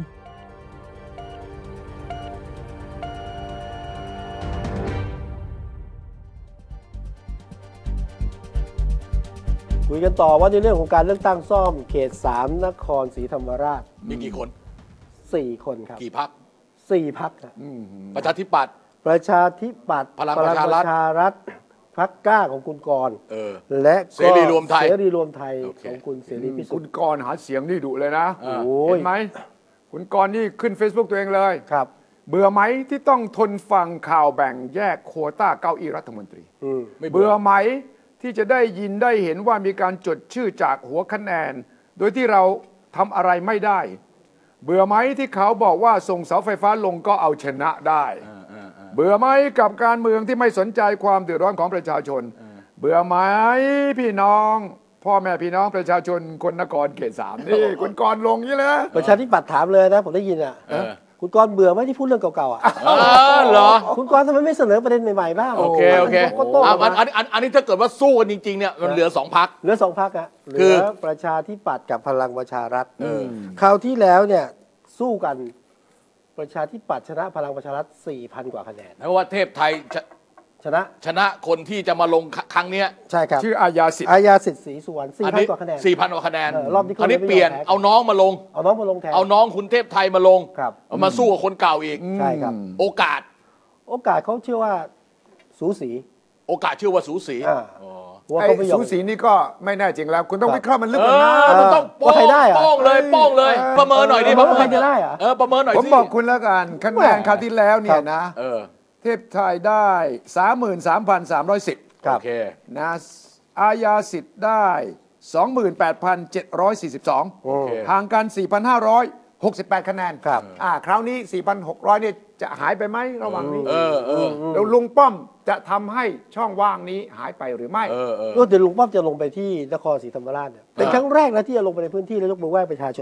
คุยกันต่อว่าในเรื่องของการเลือกตั้งซ่อมเขต3นครศรีธรรมราชมีกี่คน 4 คนครับกี่พรรค 4 พรรคประชาธิปัตย์พลังประชารัฐพรรคกล้าของคุณกรณ์และเสรีรวมไทยของคุณเสรีพิสุทธิ์คุณกรณ์หาเสียงนี่ดุเลยนะเห็นไหมคุณกรณ์นี่ขึ้น Facebook ตัวเองเลยครับเบื่อไหมที่ต้องทนฟังข่าวแบ่งแยกโควต้าเก้าอี้รัฐมนตรีเบื่อไหมที่จะได้ยินได้เห็นว่ามีการจดชื่อจากหัวคะแนนโดยที่เราทำอะไรไม่ได้เบื่อไหมที่เขาบอกว่าส่งเสาไฟฟ้าลงก็เอาชนะได้เบื่อไหมกับการเมืองที่ไม่สนใจความเดือดร้อนของประชาชนเบื่อไหมพี่น้องพ่อแม่พี่น้องประชาชนคนนครเขต3นี่คุณกรณ์ลงนี่เลยประชาธิปัตย์ถามเลยนะผมได้ยินอ่ะคุณกรณ์เบื่อไหมที่พูดเรื่องเก่าๆอ่ะเหรอคุณกรณ์ทำไมไม่เสนอประเด็นใหม่ๆบ้างโอเคอันนี้ถ้าเกิดว่าสู้กันจริงๆเนี่ยมันเหลือ2 พรรคเหลือ2 พรรคอะเหลือประชาธิปัตย์กับพลังประชารัฐคราวที่แล้วเนี่ยสู้กันประชาธิปัตย์ชนะพลังประชารัฐ 4,000 กว่าคะแนนเพราะว่าเทพไทยชนะคนที่จะมาลงครั้งนี้ใช่ครับชื่ออาญาสิทธิ์ศรีสุวรรณ 4,000 กว่าคะแนน 4,000 กว่าคะแนนรอบนี้อันนี้เปลี่ยนเอาน้องมาลงแทนเอาน้องคุณเทพไทยมาลงเอามาสู้กับคนเก่าอีกใช่ครับโอกาสเขาเชื่อว่าสูสีโอกาสเชื่อว่าสูสีสูสีนี่ก็ไม่แน่จริงแล้วคุณต้องวิเคราะห์มันลึกกว่านั้นคุณต้องป้องเลยประเมินหน่อยดิว่าใครจะได้อะประเมินหน่อยสิผมบอกคุณแล้วกันคะแนนคราวที่แล้วเนี่ยนะเทพไทยได้ 33,310 โอเคนะอาญาสิทธิ์ได้ 28,742 ห่างกัน 4,568 คะแนนคราวนี้ 4,600 เนี่ยจะหายไปไหมระหว่างนี้แล้วลุงป้อมจะทำให้ช่องว่างนี้หายไปหรือไม่ก็เดี๋ยวลุงป้อมจะลงไปที่นครศรีธรรมราชเนี่ยเป็นครั้งแรกนะที่จะลงไปในพื้นที่แล้วยกมือไหว้ประชาชน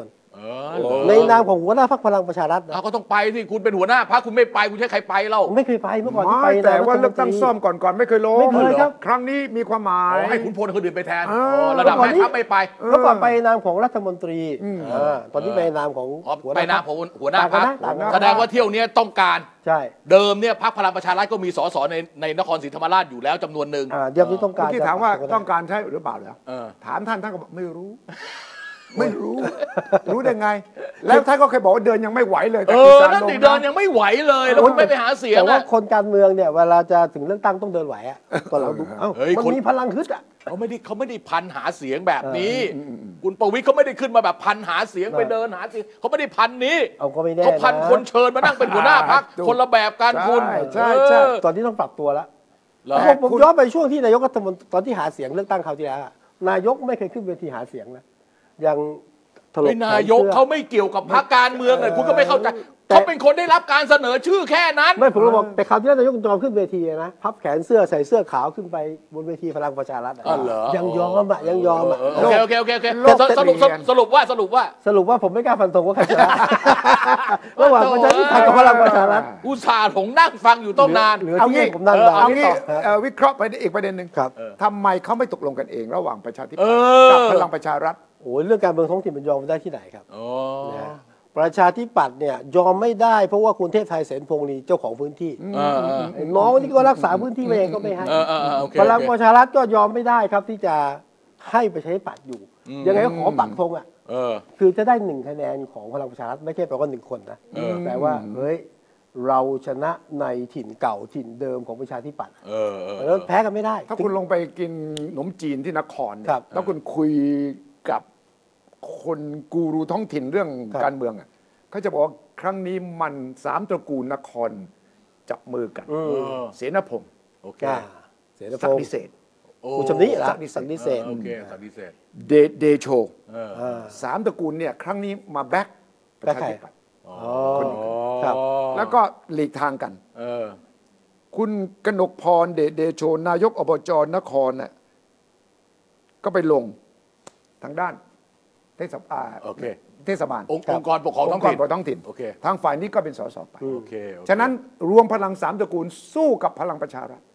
ในนามของหัวหน้าพรรคพลังประชารัฐนะก็ต้องไปสิคุณเป็นหัวหน้าพรรคคุณไม่ไปคุณใช้ใครไปเล่าไม่เคยไปเมื่อก่อนที่ไปแต่ว่าเลือกตั้งซ่อมก่อนไม่เคยลงไม่เคยครับครั้งนี้มีความหมายให้ขุนพลคนอื่นไปแทนระดับแม่ทัพไม่ไปเมื่อก่อนไปนามของรัฐมนตรีตอนนี้ไปนามของไปนามของหัวหน้าพรรคต่างกันนะแสดงว่าเที่ยวนี้ต้องการใช่เดิมเนี่ยพรรคพลังประชารัฐก็มีสสในนครศรีธรรมราชอยู่แล้วจำนวนหนึ่งเดี๋ยวนี้ต้องการที่ถามว่าต้องการใช่หรือเปล่าเหรอเออถามท่านก็บอกไม่รู้ ไม่รู้ รู้ได้ไง แล้วท่านก็เคยบอกว่าเดินยังไม่ไหวเลยแต่อีสานนั่นลงดิเดินยังไม่ไหวเลยแล้วคุณไม่ไปหาเสียงแต่ว่าอะคนการเมืองเนี่ยเวลาจะถึงเลือกตั้งต้องเดินไหวอ่ะตอนเราดูมันมีพลังฮึดอ่ะเขาไม่ได้พันหาเสียงแบบนี้ คุณประวิตรเขาไม่ได้ขึ้นมาแบบพันหาเสียงไปเดินหาเสียงเขาไม่ได้พันนี้เอาก็ไม่แน่นะเขาพันคนเชิญมานั่งเป็นหัวหน้าพรรคคนละแบบกันคุณใช่ตอนนี้ต้องปรับตัวแล้วเหรอผมย้อนไปช่วงที่นายกรัฐมนตรีตอนที่หาเสียงเลือกตั้งคราวที่แล้วนายกไม่เคยขึ้นเวทีหาเสียงนะยังถลกนายกเขาไม่เกี่ยวกับพรรคการเมืองเลยคุณก็ไม่เข้าใจเขาเป็นคนได้รับการเสนอชื่อแค่นั้นไม่ผมบอกแต่คราวที่แล้วนายกยอมขึ้นเวทีนะพับแขนเสื้อใส่เสื้อขาวขึ้นไปบนเวทีพลังประชารัฐยังยอมอ่ะยังยอมอ่ะโอเคสรุปว่าผมไม่กล้าฟันธงว่าใครชนะระหว่างประชาธิปัตย์กับพลังประชารัฐอุตส่าห์ผมนั่งฟังอยู่ต้องนานเอางี้ผมนั่งเอางี้วิเคราะห์ไปอีกประเด็นหนึ่งครับทำไมเขาไม่ตกลงกันเองระหว่างประชาธิปัตย์กับพลังประชารัฐโอ้ยเรื่องการเมืองท้องถิ่นมันยอมได้ที่ไหนครับประชาธิปัตย์เนี่ยยอมไม่ได้เพราะว่าคุณเทพไทยเสนพงษ์นี่เจ้าของพื้นที่น้องนี่ก็รักษาพื้นที่มาเองก็ไม่ให้พลังประชารัฐก็ยอมไม่ได้ครับที่จะให้ประชาธิปัตย์อยู่ยังไงก็ขอปักธงอ่ะคือจะได้1 คะแนนของพลังประชารัฐไม่ใช่แปลว่า1 คนนะแต่ว่าเฮ้ยเราชนะในถิ่นเก่าถิ่นเดิมของประชาธิปัตย์แล้วแพ้กันไม่ได้ถ้าคุณลงไปกินขนมจีนที่นครแล้วคุณคุยกับคนกูรูท้องถิ่นเรื่องการเมืองอ่ะเขาจะบอกว่าครั้งนี้มัน3 ตระกูลนครจับมือกันเสนาพงศ์ศักดิ์ดิเศษคุณชมนี้เหรอศักดิ์ดิเศษเดโช3 ตระกูลเนี่ยครั้งนี้มาแบ็คประชาธิปัตย์คนนี้แล้วก็หลีกทางกันคุณกนกพรเดโชนายกอบจนครน่ะก็ไปลงทางด้านเทศบาลองค์กรปกครองท้องถิ่นทางฝ่ายนี้ก็เป็นสสไปฉะนั้นรวมพลัง3 ตระกูลสู้กับพลังประชารัฐ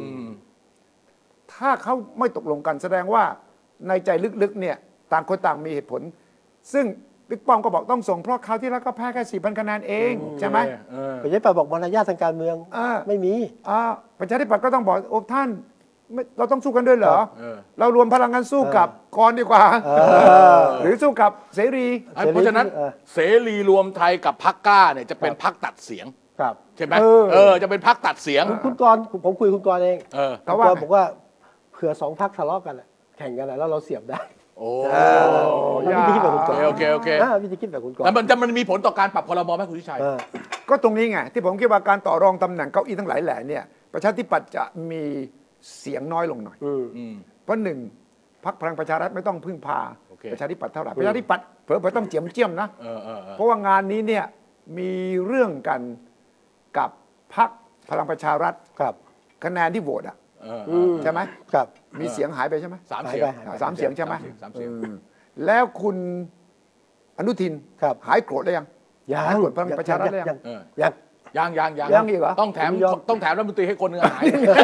ถ้าเขาไม่ตกลงกันแสดงว่าในใจลึกๆเนี่ยต่างคนต่างมีเหตุผลซึ่งบิ๊กป้อมก็บอกต้องส่งเพราะคราวที่แล้วก็แพ้แค่ 4,000 คะแนนเองใช่ไหมประชาธิปัตย์บอกมารยาททางการเมืองไม่มีประชาธิปัตย์ก็ต้องบอกโอ้ท่านเราต้องสู้กันด้วยเหรอเรารวมพลังกันสู้กับกรดีกว่าหรือสู้กับเสรีเพราะฉะนั้นเสรีรวมไทยกับพรรคกล้าเนี่ยจะเป็นพรรคตัดเสียงใช่ไหมจะเป็นพรรคตัดเสียงคุณกรผมคุยคุณกรเองคุณกรบอกว่าเผื่อ2 พรรคทะเลาะกันแข่งกันแล้วเราเสียบได้วิธีคิดแบบคุณกรโอเควิธีคิดแบบคุณกรแต่มันมีผลต่อการปรับพรบไหมคุณทิชัยก็ตรงนี้ไงที่ผมคิดว่าการต่อรองตำแหน่งเก้าอี้ทั้งหลายแหล่เนี่ยประชาธิปัตย์จะมีเสียงน้อยลงหน่อยเพราะ1 พรรคพลังประชารัฐไม่ต้องพึ่งพาประชาธิปัตย์เท่าไหร่ประชาธิปัตย์เผลอๆต้องเจียมนะเพราะว่างานนี้เนี่ยมีเรื่องกันกับพรรคพลังประชารัฐคะแนนที่โหวตใช่ไหมมีเสียงหายไปใช่ไหม 3 เสียงใช่ไหมแล้วคุณอนุทินหายโกรธได้ยังหายโกรธพลังประชารัฐได้ยังอีกเหรอต้องแถมรัฐมนตรีให้คนหนึ่งหาย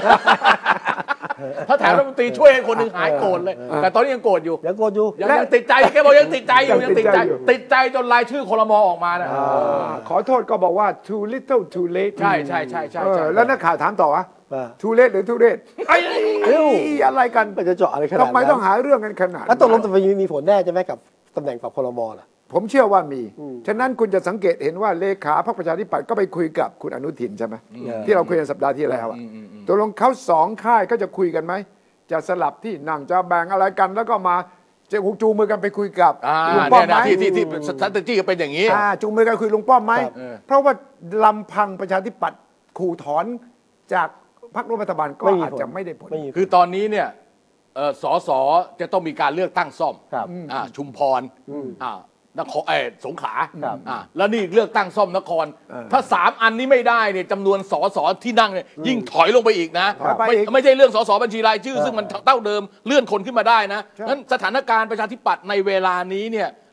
ถ้าแถมรัฐมนตรีช่วยให้คนหนึ่งหายโกรธเลยแต่ตอนนี้ยังโกรธอยู่ยังติดใจแกบอกยังติดใจอยู่ยังติดใจจนรายชื่อครม.ออกมานะขอโทษก็บอกว่า too little too late ใช่แล้วนักข่าวถามต่อวะ too late หรือ too late อะไรกันจะเจาะอะไรขนาดนั้นทำไมต้องหาเรื่องกันขนาดแล้วตกลงจะมีผลแน่ใช่ไหมกับตำแหน่งปรับครม.ล่ะผมเชื่อว่ามีฉะนั้นคุณจะสังเกตเห็นว่าเลขาพรรคประชาธิปัตย์ก็ไปคุยกับคุณอนุทินใช่ไหมที่เราคุยกันสัปดาห์ที่แล้วตกลงเขา2 ค่ายก็จะคุยกันไหมจะสลับที่นั่งจะแบ่งอะไรกันแล้วก็มาจะจูงมือกันไปคุยกับลุงป้อมไหมที่สถานที่ก็เป็นอย่างนี้จูงมือกันคุยลุงป้อมไหมเพราะว่าลำพังประชาธิปัตย์ขู่ถอนจากพรรครัฐบาลก็อาจจะไม่ได้ผลคือตอนนี้เนี่ยสสจะต้องมีการเลือกตั้งซ่อมชุมพรนครสงขลาแล้วนี่เลือกตั้งซ่อมนครถ้า3 อันนี้ไม่ได้เนี่ยจำนวนสสที่นั่งเนี่ยยิ่งถอยลงไปอีกนะไม่ใช่เรื่องสสบัญชีรายชื่อซึ่งมันเท่าเดิมเลื่อนคนขึ้นมาได้นะนั้นสถานการณ์ประชาธิปัตย์ในเวลานี้เนี่ย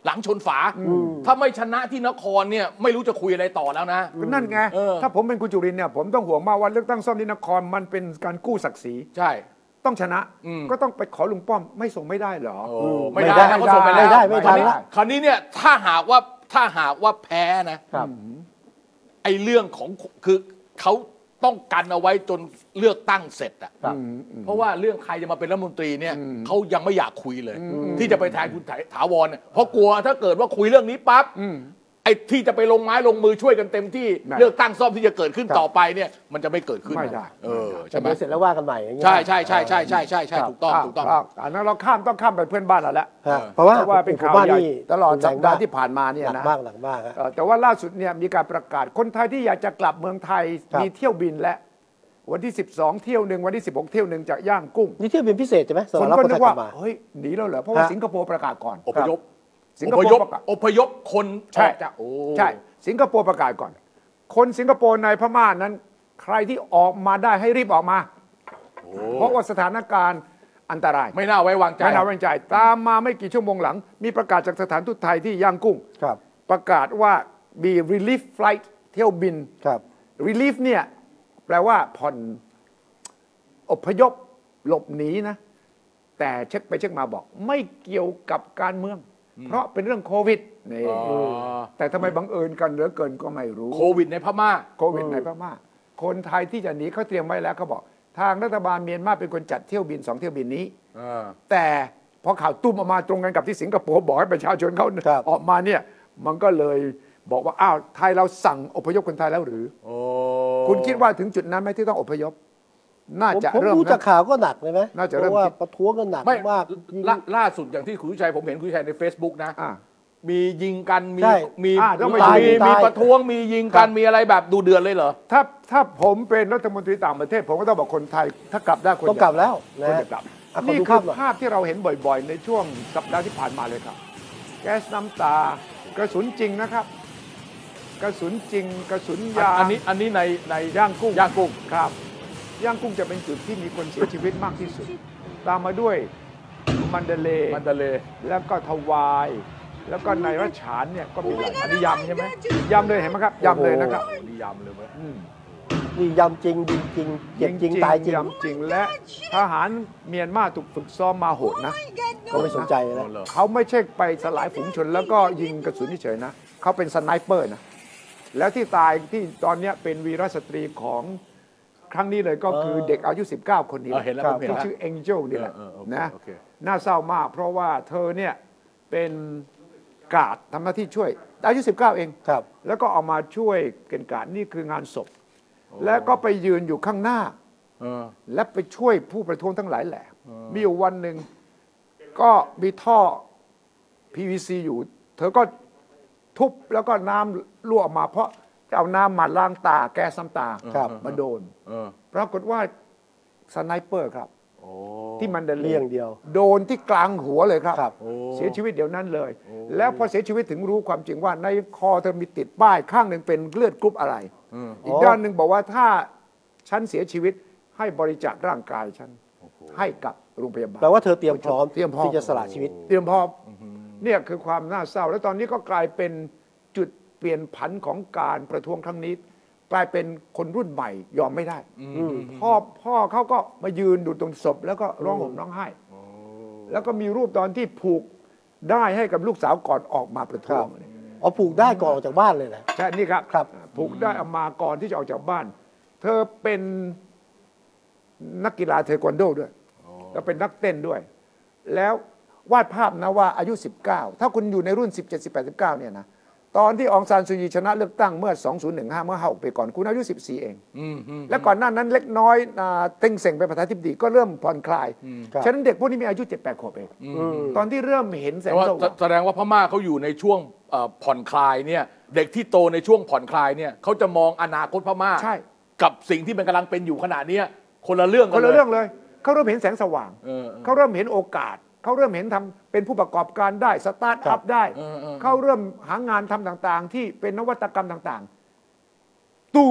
หลังชนฝาถ้าไม่ชนะที่นครเนี่ยไม่รู้จะคุยอะไรต่อแล้วนะนั่นไงถ้าผมเป็นคุณจุรินทร์เนี่ยผมต้องห่วงมากว่าเลือกตั้งซ่อมที่นครมันเป็นการกู้ศักดิ์ศรีใช่ต้องชนะก็ต้องไปขอลุงป้อมไม่ส่งไม่ได้เหรอไม่ได้เขาส่งไปแล้วไม่ทันแล้วคราวนี้เนี่ยถ้าหากว่าแพ้นะไอ้เรื่องของคือเขาต้องกันเอาไว้จนเลือกตั้งเสร็จอ่ะเพราะว่าเรื่องใครจะมาเป็นรัฐมนตรีเนี่ยเขายังไม่อยากคุยเลยที่จะไปแทนคุณถาวรเนี่ยเพราะกลัวถ้าเกิดว่าคุยเรื่องนี้ปั๊บไอ้ที่จะไปลงไม้ลงมือช่วยกันเต็มที่เลือกตั้งซ่อมที่จะเกิดขึ้นต่อไปเนี่ยมันจะไม่เกิดขึ้นไม่ได้ใช่ไหมเสร็จแล้วว่ากันใหม่อย่างเงี้ยใช่ถูกต้องอันนั้นเราต้องข้ามไปเพื่อนบ้านเราแล้วเพราะว่าเป็นข่าวใหญ่ตลอดสัปดาห์ที่ผ่านมาเนี่ยนะหนักมากแต่ว่าล่าสุดเนี่ยมีการประกาศคนไทยที่อยากจะกลับเมืองไทยมีเที่ยวบินและวันที่12เที่ยวนึงวันที่16เที่ยวนึงจากย่างกุ้งนี่เที่ยวบินพิเศษใช่ไหมคนก็นึกว่าเฮ้ยหนีแล้วเหรอเพราะว่าสิงคโปร์ประกาศก่อนอพยพคนใช่ใช่สิงคโปร์ประกาศก่อนคนสิงคโปร์ในพม่านั้นใครที่ออกมาได้ให้รีบออกมาเพราะว่าสถานการณ์อันตรายไม่น่าไว้วางใจตามมาไม่กี่ชั่วโมงหลังมีประกาศจากสถานทูตไทยที่ย่างกุ้งประกาศว่ามี relief flight เที่ยวบิน relief เนี่ยแปลว่าผ่อนอพยพหลบหนีนะแต่เช็คไปเช็คมาบอกไม่เกี่ยวกับการเมืองเพราะเป็นเรื่องโควิดนี่แต่ทำไมบังเอิญกันเหลือเกินก็ไม่รู้โควิดในพม่าคนไทยที่จะหนีเขาเตรียมไว้แล้วเขาบอกทางรัฐบาลเมียนมาเป็นคนจัดเที่ยวบิน2เที่ยวบินนี้แต่พอข่าวตุ้มออกมาตรงกันกับที่สิงคโปร์บอกให้ประชาชนเขาออกมาเนี่ยมันก็เลยบอกว่าอ้าวไทยเราสั่งอพยพคนไทยแล้วหรือคุณคิดว่าถึงจุดนั้นไหมที่ต้องอพยพน่าจะเริ่มผมดูจากข่าวก็หนักเลยไหมน่าจะเริ่มว่าประท้วงกันหนักมากล่าสุดอย่างที่คุณวิชัยผมเห็นคุณวิชัยใน Facebook นะมียิงกันมีประท้วงมียิงกันมีอะไรแบบดูเดือดเลยเหรอถ้าผมเป็นรัฐมนตรีต่างประเทศผมก็ต้องบอกคนไทยถ้ากลับได้คนต้องกลับแล้วคนจะกลับนี่คือภาพที่เราเห็นบ่อยๆในช่วงสัปดาห์ที่ผ่านมาเลยครับแก๊สน้ำตากระสุนจริงนะครับกระสุนจริงกระสุนยางอันนี้ในย่างกุ้งครับย่างกุ้งจะเป็นจุดที่มีคนเสียชีวิตมากที่สุดตามมาด้วยมันเดเลแล้วก็ทวายแล้วก็ในรัชฉานเนี่ยก็มีอันนี้ยำใช่ไหมยำเลยเห็นไหมครับยำเลยนะครับนี่ยำเลยไหมนี่ยำจริงจริงเจ็บจริงตายจริงยำจริงและทหารเมียนมาถูกฝึกซ้อมมาโหดนะก็ไม่สนใจนะเขาไม่ใช่ไปสลายฝูงชนแล้วก็ยิงกระสุนเฉยๆนะเขาเป็นสไนเปอร์นะแล้วที่ตายที่ตอนนี้เป็นวีรสตรีของครั้งนี้เลยก็คือเด็กอายุ19คนนี้ที่ชื่อเอ็งเจลนี่แหละนะน่าเศร้ามากเพราะว่าเธอเนี่ยเป็นกาดทำหน้าที่ช่วยอายุ19เองแล้วก็ออกมาช่วยเกณฑ์การนี่คืองานศพแล้วก็ไปยืนอยู่ข้างหน้าและไปช่วยผู้ประท้วงทั้งหลายแหละมีอยู่วันหนึ่งก็มีท่อ PVC อยู่เธอก็ทุบแล้วก็น้ำรั่วออกมาเพราะจะเอาน้ำมาล้างตาแก้ซ้ำตามาโดนปรากฏว่าสไนเปอร์ครับที่มันเลี่ยงเดียวโดนที่กลางหัวเลยครับเสียชีวิตเดี๋ยวนั้นเลยแล้วพอเสียชีวิตถึงรู้ความจริงว่าในคอเธอมีติดป้ายข้างหนึ่งเป็นเลือดกรุ๊ปอะไรอีกด้านหนึ่งบอกว่าถ้าฉันเสียชีวิตให้บริจาคร่างกายฉันให้กับโรงพยาบาลแปลว่าเธอเตรียมพร้อมที่จะสละชีวิตเตรียมพร้อมเนี่ยคือความน่าเศร้าแล้วตอนนี้ก็กลายเป็นจุดเปลี่ยนผันของการประท้วงครั้งนี้กลายเป็นคนรุ่นใหม่ยอมไม่ได้พ่อเขาก็มายืนดูตรงศพแล้วก็ร้องห่มร้องไห้แล้วก็มีรูปตอนที่ผูกได้ให้กับลูกสาวก่อนออกมาประท้วงผูกได้ก่อนออกจากบ้านเลยนะใช่นี่ครับผูกได้ออกมาก่อนที่จะออกจากบ้านเธอเป็นนักกีฬาเทควันโดด้วยแล้วเป็นนักเต้นด้วยแล้ววาดภาพนะว่าอายุ19ถ้าคุณอยู่ในรุ่น17 18 19เนี่ยนะตอนที่องซานซูยีชนะเลือกตั้งเมื่อ2015เมื่อ6 ปีก่อนคุณอายุ14เองและก่อนหน้านั้นเล็กน้อยเต็งเซ็งเป็นประธานาธิบดีก็เริ่มผ่อนคลายฉะนั้นเด็กพวกนี้มีอายุ 7-8 ขวบเองตอนที่เริ่มเห็นแสงสว่างแสดงว่าพม่าเขาอยู่ในช่วงผ่อนคลายเนี่ยเด็กที่โตในช่วงผ่อนคลายเนี่ยเขาจะมองอนาคตพม่ากับสิ่งที่มันกำลังเป็นอยู่ขณะนี้คนละเรื่องเลยเขาเริ่มเห็นแสงสว่างเขาเริ่มเห็นโอกาสเขาเริ่มเห็นทำเป็นผู้ประกอบการได้สตาร์ทอัพได้เขาเริ่มหางานทำต่างๆที่เป็นนวัตกรรมต่างๆตูม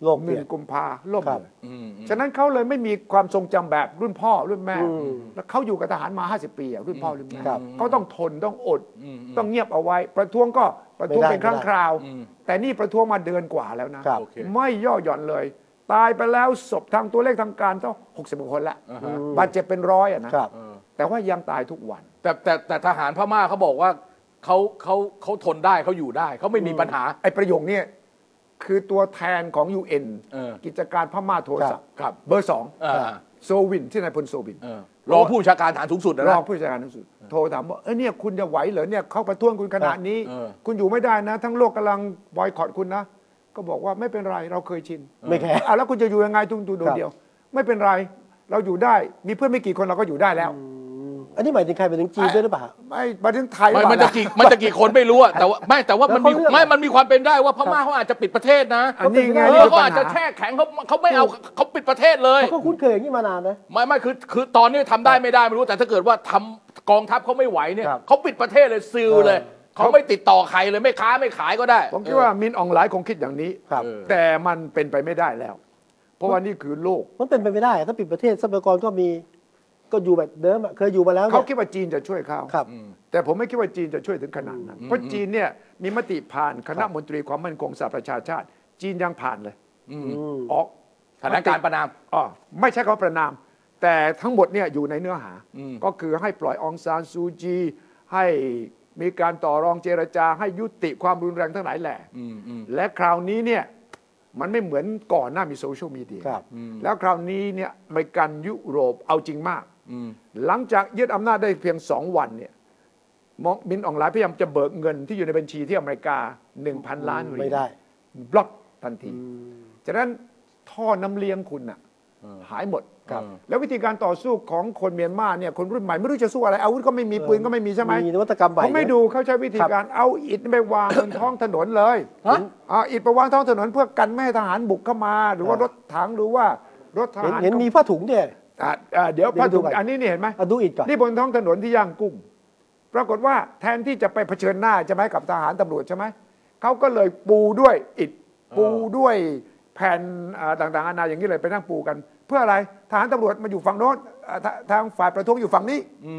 โลกเปลี่ยน 1 กุมภาล่มครับเลยฉะนั้นเขาเลยไม่มีความทรงจำแบบรุ่นพ่อรุ่นแม่แล้วเขาอยู่กับทหารมา50 ปีรุ่นพ่อรุ่นแม่ครับเขาต้องทนต้องอดต้องเงียบเอาไว้ประท้วงก็ประท้วงเป็นครั้งคราว แต่นี่ประท้วงมาเดือนกว่าแล้วนะครับโอเคไม่ย่อหย่อนเลย ตายไปแล้วศพทางตัวเลขทางการต้อง60 คนละบาดเจ็บเป็นร้อยอะนะครับ แต่ว่ายังตายทุกวันแต่ทหารพม่าเขาบอกว่าเขาทนได้เขาอยู่ได้เขาไม่มีปัญหาไอ้ประโยคนี้คือตัวแทนของ UN เออกิจการพม่าโทรศัพท์ครับเบอร์อ่า 2โซวินที่นายพลโซวินรองผู้บัญชาการฐานสูงสุดนะรองผู้จัดการสูงสุดโทรถามว่าเนี่ยคุณจะไหวเหรอเนี่ยเขาประท้วงคุณขนาดนี้ คุณอยู่ไม่ได้นะ ทั้งโลกกำลังบอยคอตคุณนะ ก็บอกว่าไม่เป็นไรเราเคยชินไม่แคร์แล้วคุณจะอยู่ยังไงทุ่งโดดเดียว ไม่เป็นไรเราอยู่ได้มีเพื่อนไม่กี่คนเราก็อยู่ได้แล้วอันนี้หมายถึงใครหมายถึงจีนด้วยหรือเปล่าไม่มาถึงไทยมันจะกี่คนไม่รู้อะแต่ว่ามันมีแล้วเขาเลือกมันมีความเป็นได้ว่าพม่าเขาอาจจะปิดประเทศนะอันนี้ไงเขาอาจจะแช่แข็งเขาไม่เอาเขาปิดประเทศเลยเขาก็คุ้นเคยอย่างนี้มานานนะไม่คือตอนนี้ทำได้ไม่ได้ไม่รู้แต่ถ้าเกิดว่าทำกองทัพเขาไม่ไหวเนี่ยครับเขาปิดประเทศเลยซิลเลยเขาไม่ติดต่อใครเลยไม่ค้าไม่ขายก็ได้ผมคิดว่ามินอองหลายคงคิดอย่างนี้ครับแต่มันเป็นไปไม่ได้แล้ว เพราะว่านี่คือโลกมันเป็นไปไม่ได้ถ้าปิดประเทศทรัพยากรก็มีก็อยู่แบบเดิมอะเคยอยู่มาแล้วเขาคิดว่าจีนจะช่วยเขาครับแต่ผมไม่คิดว่าจีนจะช่วยถึงขนาดนั้น เพราะจีนเนี่ยมีมติผ่านคณะมนตรีความมั่นคงสหประชาชาติ จีนยังผ่านเลยออกสถานการณ์ประนามไม่ใช่เขาประนาม แต่ทั้งหมดเนี่ยอยู่ในเนื้อหา ก็คือให้ปล่อยองซานซูจี ให้มีการต่อรองเจรจา ให้ยุติความรุนแรงทั้งหลายแหล่และคราวนี้เนี่ยมันไม่เหมือนก่อนหน้ามีโซเชียลมีเดียครับแล้วคราวนี้เนี่ยอเมริกันยุโรปเอาจริงมาก หลังจากยึดอำนาจได้เพียง2 วันเนี่ยมินอองหลายพยายามจะเบิกเงินที่อยู่ในบัญชีที่อเมริกา 1,000 ล้านเหรียญไม่ได้บล็อกทันทีฉะนั้นท่อน้ำเลี้ยงคุณน่ะหายหมดครับแล้ววิธีการต่อสู้ของคนเมียนมาเนี่ยคนรุ่นใหม่ไม่รู้จะสู้อะไรอาวุธก็ไม่มีปืนก็ไม่มีใช่ไหมมีนวัตกรรมใหม่ผมไม่ดูเขาใช้วิธีการเอาอิฐไปวางบนท้องถนนเลยเอาอิฐไปวางท้องถนนเพื่อกันไม่ให้ทหารบุกเข้ามา หรือว่ารถถังหรือว่ารถทหารเห็นมีผ้าถุงเนี่ยเดี๋ยวผ้าถุงเดี๋ยวดูก่อนอันนี้นี่เห็นไหมดูอิฐก่อนนี่บนท้องถนนที่ย่างกุ้ง ปรากฏว่าแทนที่จะไปเผชิญหน้าใช่ไหมกับทหารตำรวจใช่ไหมเขาก็เลยปูด้วยอิฐปูด้วยแผ่นต่างๆนานาอย่างนี้เลยไปนั่งปูกัน เพื่ออะไรทหารตำรวจมาอยู่ฝั่งโน้นทางฝ่ายประท้วงอยู่ฝั่งนี้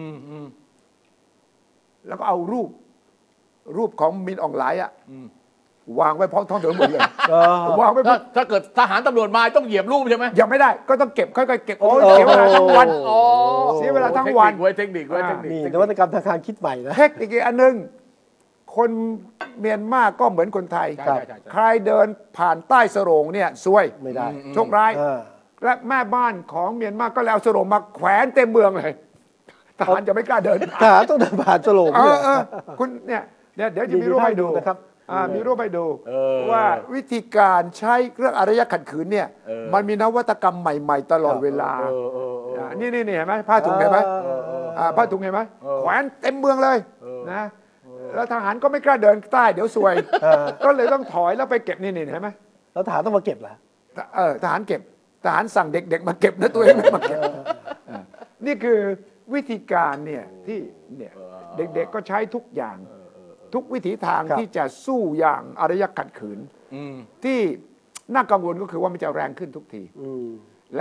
แล้วก็เอารูปของมินอองหลายวางไว้พร้อมท้องถนนหมดเลยวางไว้ถ้าเกิดทหารตำรวจมาต้องเหยียบรูปใช่ไหมยังไม่ได้ก็ต้องเก็บค่อยๆเก็บเสียเวลาทั้งวันเสียเวลาทั้งวันเทคนิคไว้เทคนิคนี่นวัตกรรมทางการคิดใหม่นะเทคนิคอีกอันหนึ่งคนเมียนมาก็เหมือนคนไทยใช่ใครเดินผ่านใต้สโรงเนี่ยซวยไม่ได้โชคร้าย และแม่บ้านของเมียนมาก็แล้วสโรงมาแขวนเต็มเมืองเลยทหารจะไม่กล้าเดินทหารต้องเดินผ่านสโลงเนี่ยคุณเนี่ยเดี๋ยวจะมีรูปให้ดูนะครับมีรูปให้ดูว่าวิธีการใช้เรื่องอารยะขัดขืนเนี่ยมันมีนวัตกรรมใหม่ๆตลอดเวลานี่เห็นไหมผ้าถุงเห็นไหมผ้าถุงเห็นไหมแขวนเต็มเมืองเลยนะแล้วทหารก็ไม่กล้าเดินใต้เดี๋ยวซวย ก็เลยต้องถอยแล้วไปเก็บนี่เห็นไหมแล้วทหารต้องมาเก็บเหรอทหารเก็บทหารสั่งเด็กๆมาเก็บนะตัวเองไม่มาเก็บนี่คือวิธีการเนี่ยที่เนี่ยเด็กๆก็ใช้ทุกอย่างทุกวิถีทางที่จะสู้อย่างอารยะขัดขืนที่น่ากังวลก็คือว่ามันจะแรงขึ้นทุกทีและ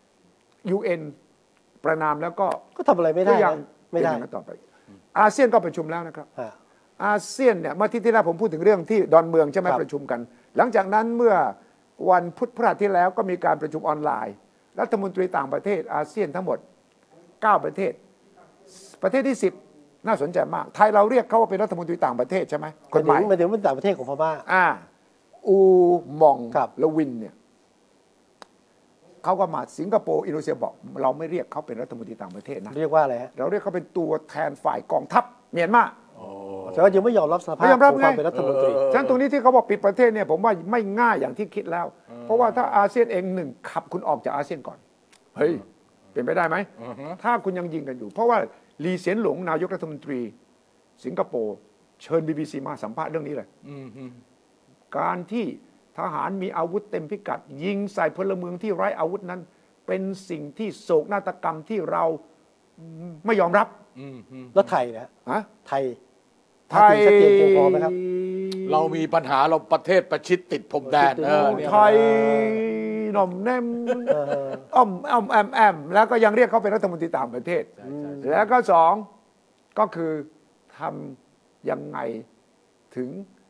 UN ประนามแล้วก็ทำอะไรไม่ได้ก็ยังไม่ได้ต่อไปอาเซียนก็ประชุมแล้วนะครับอาเซียนเนี่ยเมื่อที่แล้วผมพูดถึงเรื่องที่ดอนเมืองใช่ไหมประชุมกัน หลังจากนั้นเมื่อวันพุธพฤหัสที่แล้วก็มีการประชุมออนไลน์รัฐมนตรีต่างประเทศอาเซียนทั้งหมด9ประเทศที่10น่าสนใจมากไทยเราเรียกเขาว่าเป็นรัฐมนตรีต่างประเทศใช่ไหมคนใหม่มาถึงเป็นต่างประเทศของพม่าอูมองครับละวินเนี่ยเขาก็มาสิงคโปร์อินโดนีเซียบอกเราไม่เรียกเขาเป็นรัฐมนตรีต่างประเทศนะเรียกว่าอะไรฮะเราเรียกเขาเป็นตัวแทนฝ่ายกองทัพเมียนมาแต่ว่ายังไม่ยอมรับสภาพไม่ยอมรับของความเป็นรัฐมนตรีฉะนั้นตรงนี้ที่เขาบอกปิดประเทศเนี่ยผมว่าไม่ง่ายอย่างที่คิดแล้ว เพราะว่าถ้าอาเซียนเองหนึ่งขับคุณออกจากอาเซียนก่อนเฮ้ยเป็นไปได้ไหมถ้าคุณยังยิงกันอยู่ เพราะว่าลีเซียนหลงนายกรัฐมนตรีสิงคโปร์เชิญ BBC มาสัมภาษณ์เรื่องนี้เลยการที่ทหารมีอาวุธเต็มพิกัด ยิงใส่พลเมืองที่ไร้อาวุธนั้น เป็นสิ่งที่โศกนาฏกรรมที่เราไม่ยอมรับแล้วไทยนะฮะไทยชัดเจนเพียงพอไหมครับเเรามีปัญหาเราประเทศประชิดติดพรมแดนเนี่ยไทยหน่อมแนมอ้อมแอมแล้วก็ยังเรียกเขาเป็นรัฐมนตรีต่างประเทศ แล้วก็สองก็คือทำยังไงถึง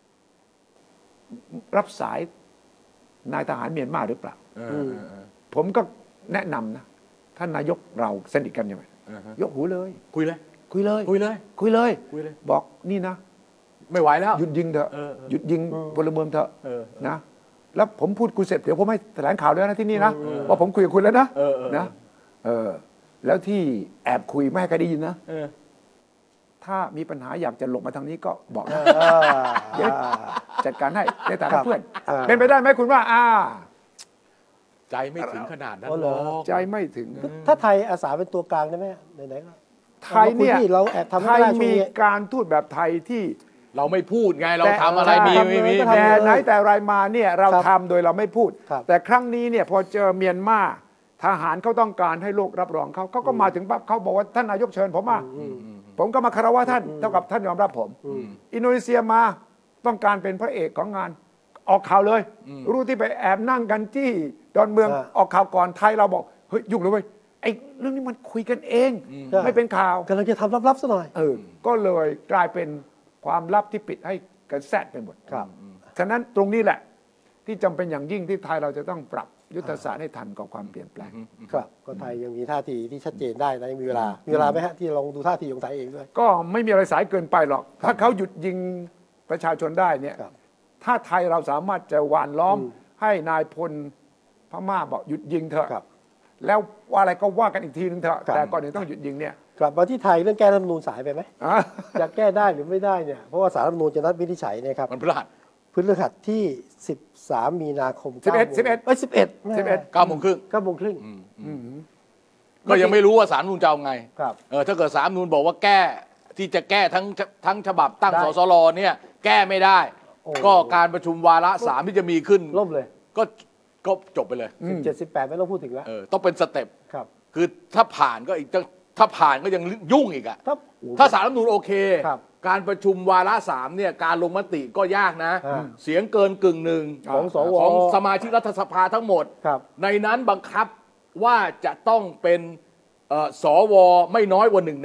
รับสายนายทหารเมียนมาหรือเปล่าผมก็แนะนำนะท่านนายกเราสนิทกันใช่ไหมยกหูเลยคุยเลยคุยเลยคุยเลยคุยเลยคุยเลยบอกนี่นะไม่ไหวแล้วหยุดยิงเถอะหยุดยิงพลเมืองเถอะนะแล้วผมพูดคุยเสร็จเดี๋ยวผมให้แถลงข่าวแล้วนะที่นี่นะว่าผมคุยกับคุณแล้วนะนะแล้วที่แอบคุยไม่ให้ใครได้ยินนะถ้ามีปัญหาอยากจะหลบมาทางนี้ก็บอกนะเดี๋ยวจัดการให้ในฐานะเพื่อนเป็นไปได้ไหมคุณว่าใจไม่ถึงขนาดนั้นหรอกใจไม่ถึงถ้าไทยอาสาเป็นตัวกลางได้ไหมไหนๆก็ไทยเนี่ยเราแอบทำไทยมีการทูตแบบไทยที่เราไม่พูดไงเราทำอะไรมีแต่ไหนแต่ไรมาเนี่ยเราทำโดยเราไม่พูด แต่ครั้งนี้เนี่ยพอเจอเมียนมาทหารเขาต้องการให้โลกรับรองเขาก็มาถึงปั๊บเขาบอกว่าท่านนายกเชิญผมมาผมก็มาคารวะท่านเท่ากับท่านยอมรับผมอินโดนีเซียมาต้องการเป็นพระเอกของงานออกข่าวเลยรู้ที่ไปแอบนั่งกันที่ดอนเมืองออกข่าวก่อนไทยเราบอกเฮ้ยยุ่งเลยเว้ยไอ้เรื่องนี้มันคุยกันเองไม่เป็นข่าวกำลังจะทำลับๆซะหน่อยก็เลยกลายเป็นความลับที่ปิดให้กันแซดไปหมดครับฉะนั้นตรงนี้แหละที่จำเป็นอย่างยิ่งที่ไทยเราจะต้องปรับยุทธศาสตร์ให้ทันกับความเปลี่ยนแปลงครับก็ไทยยังมีท่าทีที่ชัดเจนได้นะยังมีเวลาไหมฮะที่ลองดูท่าทีของไทยเองด้วยก็ไม่มีอะไรสายเกินไปหรอกถ้าเขาหยุดยิงประชาชนได้เนี่ยถ้าไทยเราสามารถจะหว่านล้อมให้นายพลพม่าบอกหยุดยิงเถอะแล้วว่าอะไรก็ว่ากันอีกทีนึงเถอะแต่ก่อนหนึ่งต้องหยุดยิงเนี่ยกลับมาที่ไทยเรื่องแก้รัฐธรรมนูญสายไปไหมจะแก้ได้หรือไม่ได้เนี่ยเพราะว่าศาลรัฐธรรมนูญจะนัดวินิจฉัยนะครับมันพฤหัสที่13 มีนาคม 9 โมงครึ่งก็ยังไม่รู้ว่าศาลรัฐธรรมนูญจะเอาไงถ้าเกิดศาลรัฐธรรมนูญบอกว่าแก้ที่จะแก้ทั้งฉบับตั้งสสรเนี่ยแก้ไม่ได้ก็การประชุมวาระ3ที่จะมีขึ้นล่มเลยก็จบไปเลย 17-18ไม่ต้องพูดถึงแล้วต้องเป็นสเต็ปคือถ้าผ่านก็อีกถ้าผ่านก็ยังยุ่งอีกอะถ้าศาลรัฐธรรมนูญโอเคการประชุมวาระ3เนี่ยการลงมติก็ยากนะเสียงเกินกึ่งหนึ่งของสมาชิกรัฐสภาทั้งหมดในนั้นบังคับว่าจะต้องเป็นสวไม่น้อยกว่า1 ใน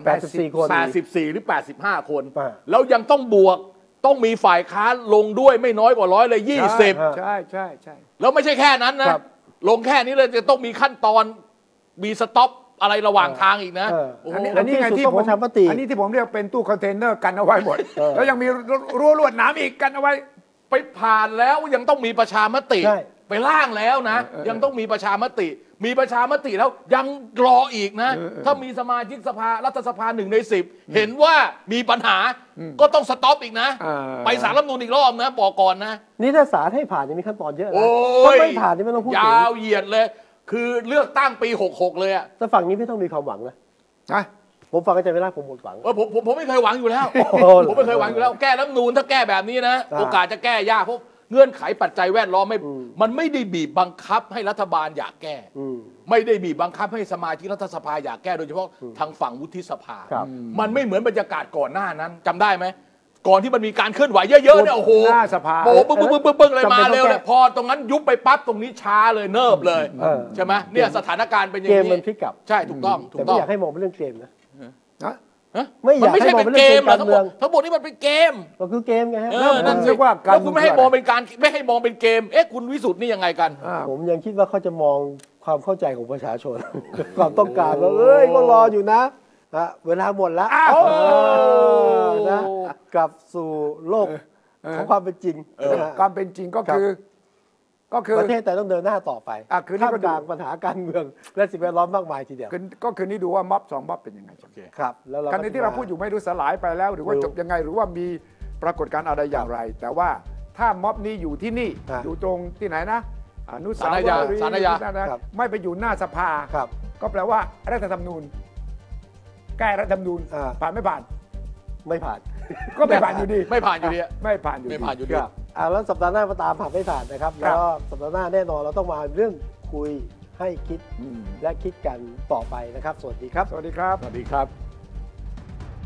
3 84หรือ85 คนแล้วยังต้องบวกต้องมีฝ่ายค้านลงด้วยไม่น้อยกว่า120 ใช่แล้วไม่ใช่แค่นั้นนะลงแค่นี้เลยจะต้องมีขั้นตอนมีสต็อปอะไรระหว่างทางอีกนะอันนี้ไงที่ผมอันนี้ที่ผมเรียกเป็นตู้คอนเทนเนอร์กันเอาไว้หมดแล้วยังมีรั้วลวดหนามอีกกันเอาไว้ไปผ่านแล้วยังต้องมีประชามติไปร่างแล้วนะยังต้องมีประชามติแล้วยังรออีกนะถ้ามีสมาชิกสภารัฐสภา1 ใน 10เห็นว่ามีปัญหาก็ต้องสต็อปอีกนะไปศาลรัฐธรรมนูญอีกรอบนะบอกก่อนนะนี่ถ้าศาลให้ผ่านยังมีขั้นตอนเยอะนะถ้าไม่ผ่านนี่ไม่ต้องพูดยาวเหยียดเลยคือเลือกตั้งปี66เลยอะแต่ฝั่งนี้ไม่ต้องมีความหวังนะผมฟังอาจารย์เวลาผมหมดหวังผมไม่เคยหวังอยู่แล้วผมไม่เคยหวังอยู่แล้วแก้รัฐธรรมนูญถ้าแก้แบบนี้นะโอกาสจะแก้ยากเพราะเงื่อนไขปัจจัยแวดล้อมมันไม่ได้บีบบังคับให้รัฐบาลอยากแก้ไม่ได้บีบบังคับให้สมาชิกรัฐสภาอยากแก้โดยเฉพาะทางฝั่งวุฒิสภามันไม่เหมือนบรรยากาศก่อนหน้านั้นจำได้ไหมก่อนที่มันมีการเคลื่อนไหวเยอะๆเนี่ยโอ้โหหน้าสภาโอ้ปึ้งอะไรมาเร็วเลยพอตรงนั้นยุบไปปั๊บตรงนี้ช้าเลยเนิบเลยใช่ไหมเนี่ยสถานการณ์เป็นอย่างนี้เกมมันพลิกกลับใช่ถูกต้องแต่ไม่อยากให้มองเป็นเรื่องเกมนะไม่อยากให้มองเป็นเกมทั้งหมดนี่มันเป็นเกมก็คือเกมไงฮะนั่นเรียกว่าแล้วคุณไม่ให้มองเป็นการไม่ให้มองเป็นเกมคุณวิสุทธ์นี่ยังไงกันผมยังคิดว่าเขาจะมองความเข้าใจของประชาชนความต้องการว่าก็รออยู่นะเวลาหมดแล้วนะกลับสู่โลกของความเป็นจริงความเป็นจริงก็คือประเทศแต่ต้องเดินหน้าต่อไปท่ามกลางปัญหาการเมืองและสิ่งแวดล้อมมากมายทีเดียวก็คือนี่ดูว่าม็อบ2 ม็อบเป็นยังไงครับแล้วการที่เราพูดอยู่ไม่รู้สลายไปแล้วหรือว่าจบยังไงหรือว่ามีปรากฏการณ์อะไรอย่างไรแต่ว่าถ้าม็อบนี้อยู่ที่นี่อยู่ตรงที่ไหนนะอนุสาวรีย์ศาลายาไม่ไปอยู่หน้าสภาก็แปลว่ารัฐธรรมนูญแก้รัฐธรรมนูญผ่านไม่ผ่านก็ไม่ผ่านอยู่ดีไม่ผ่านอยู่ดีแล้วสัปดาห์หน้ามาตามผ่านไม่ผ่านนะครับแล้วสัปดาห์หน้าแน่นอนเราต้องมาเรื่องคุยให้คิดและคิดกันต่อไปนะครับสวัสดีครับสวัสดีครับสวัสดีครับ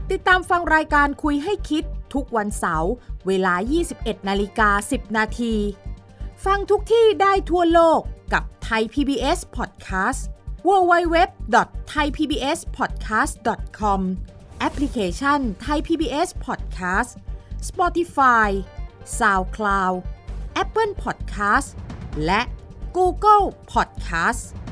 ติดตามฟังรายการคุยให้คิดทุกวันเสาร์เวลา 21:10 น.ฟังทุกที่ได้ทั่วโลกกับ Thai PBS Podcast www.thaipbspodcast.com แอปพลิเคชัน Thai PBS Podcast Spotify SoundCloud Apple Podcast และ Google Podcast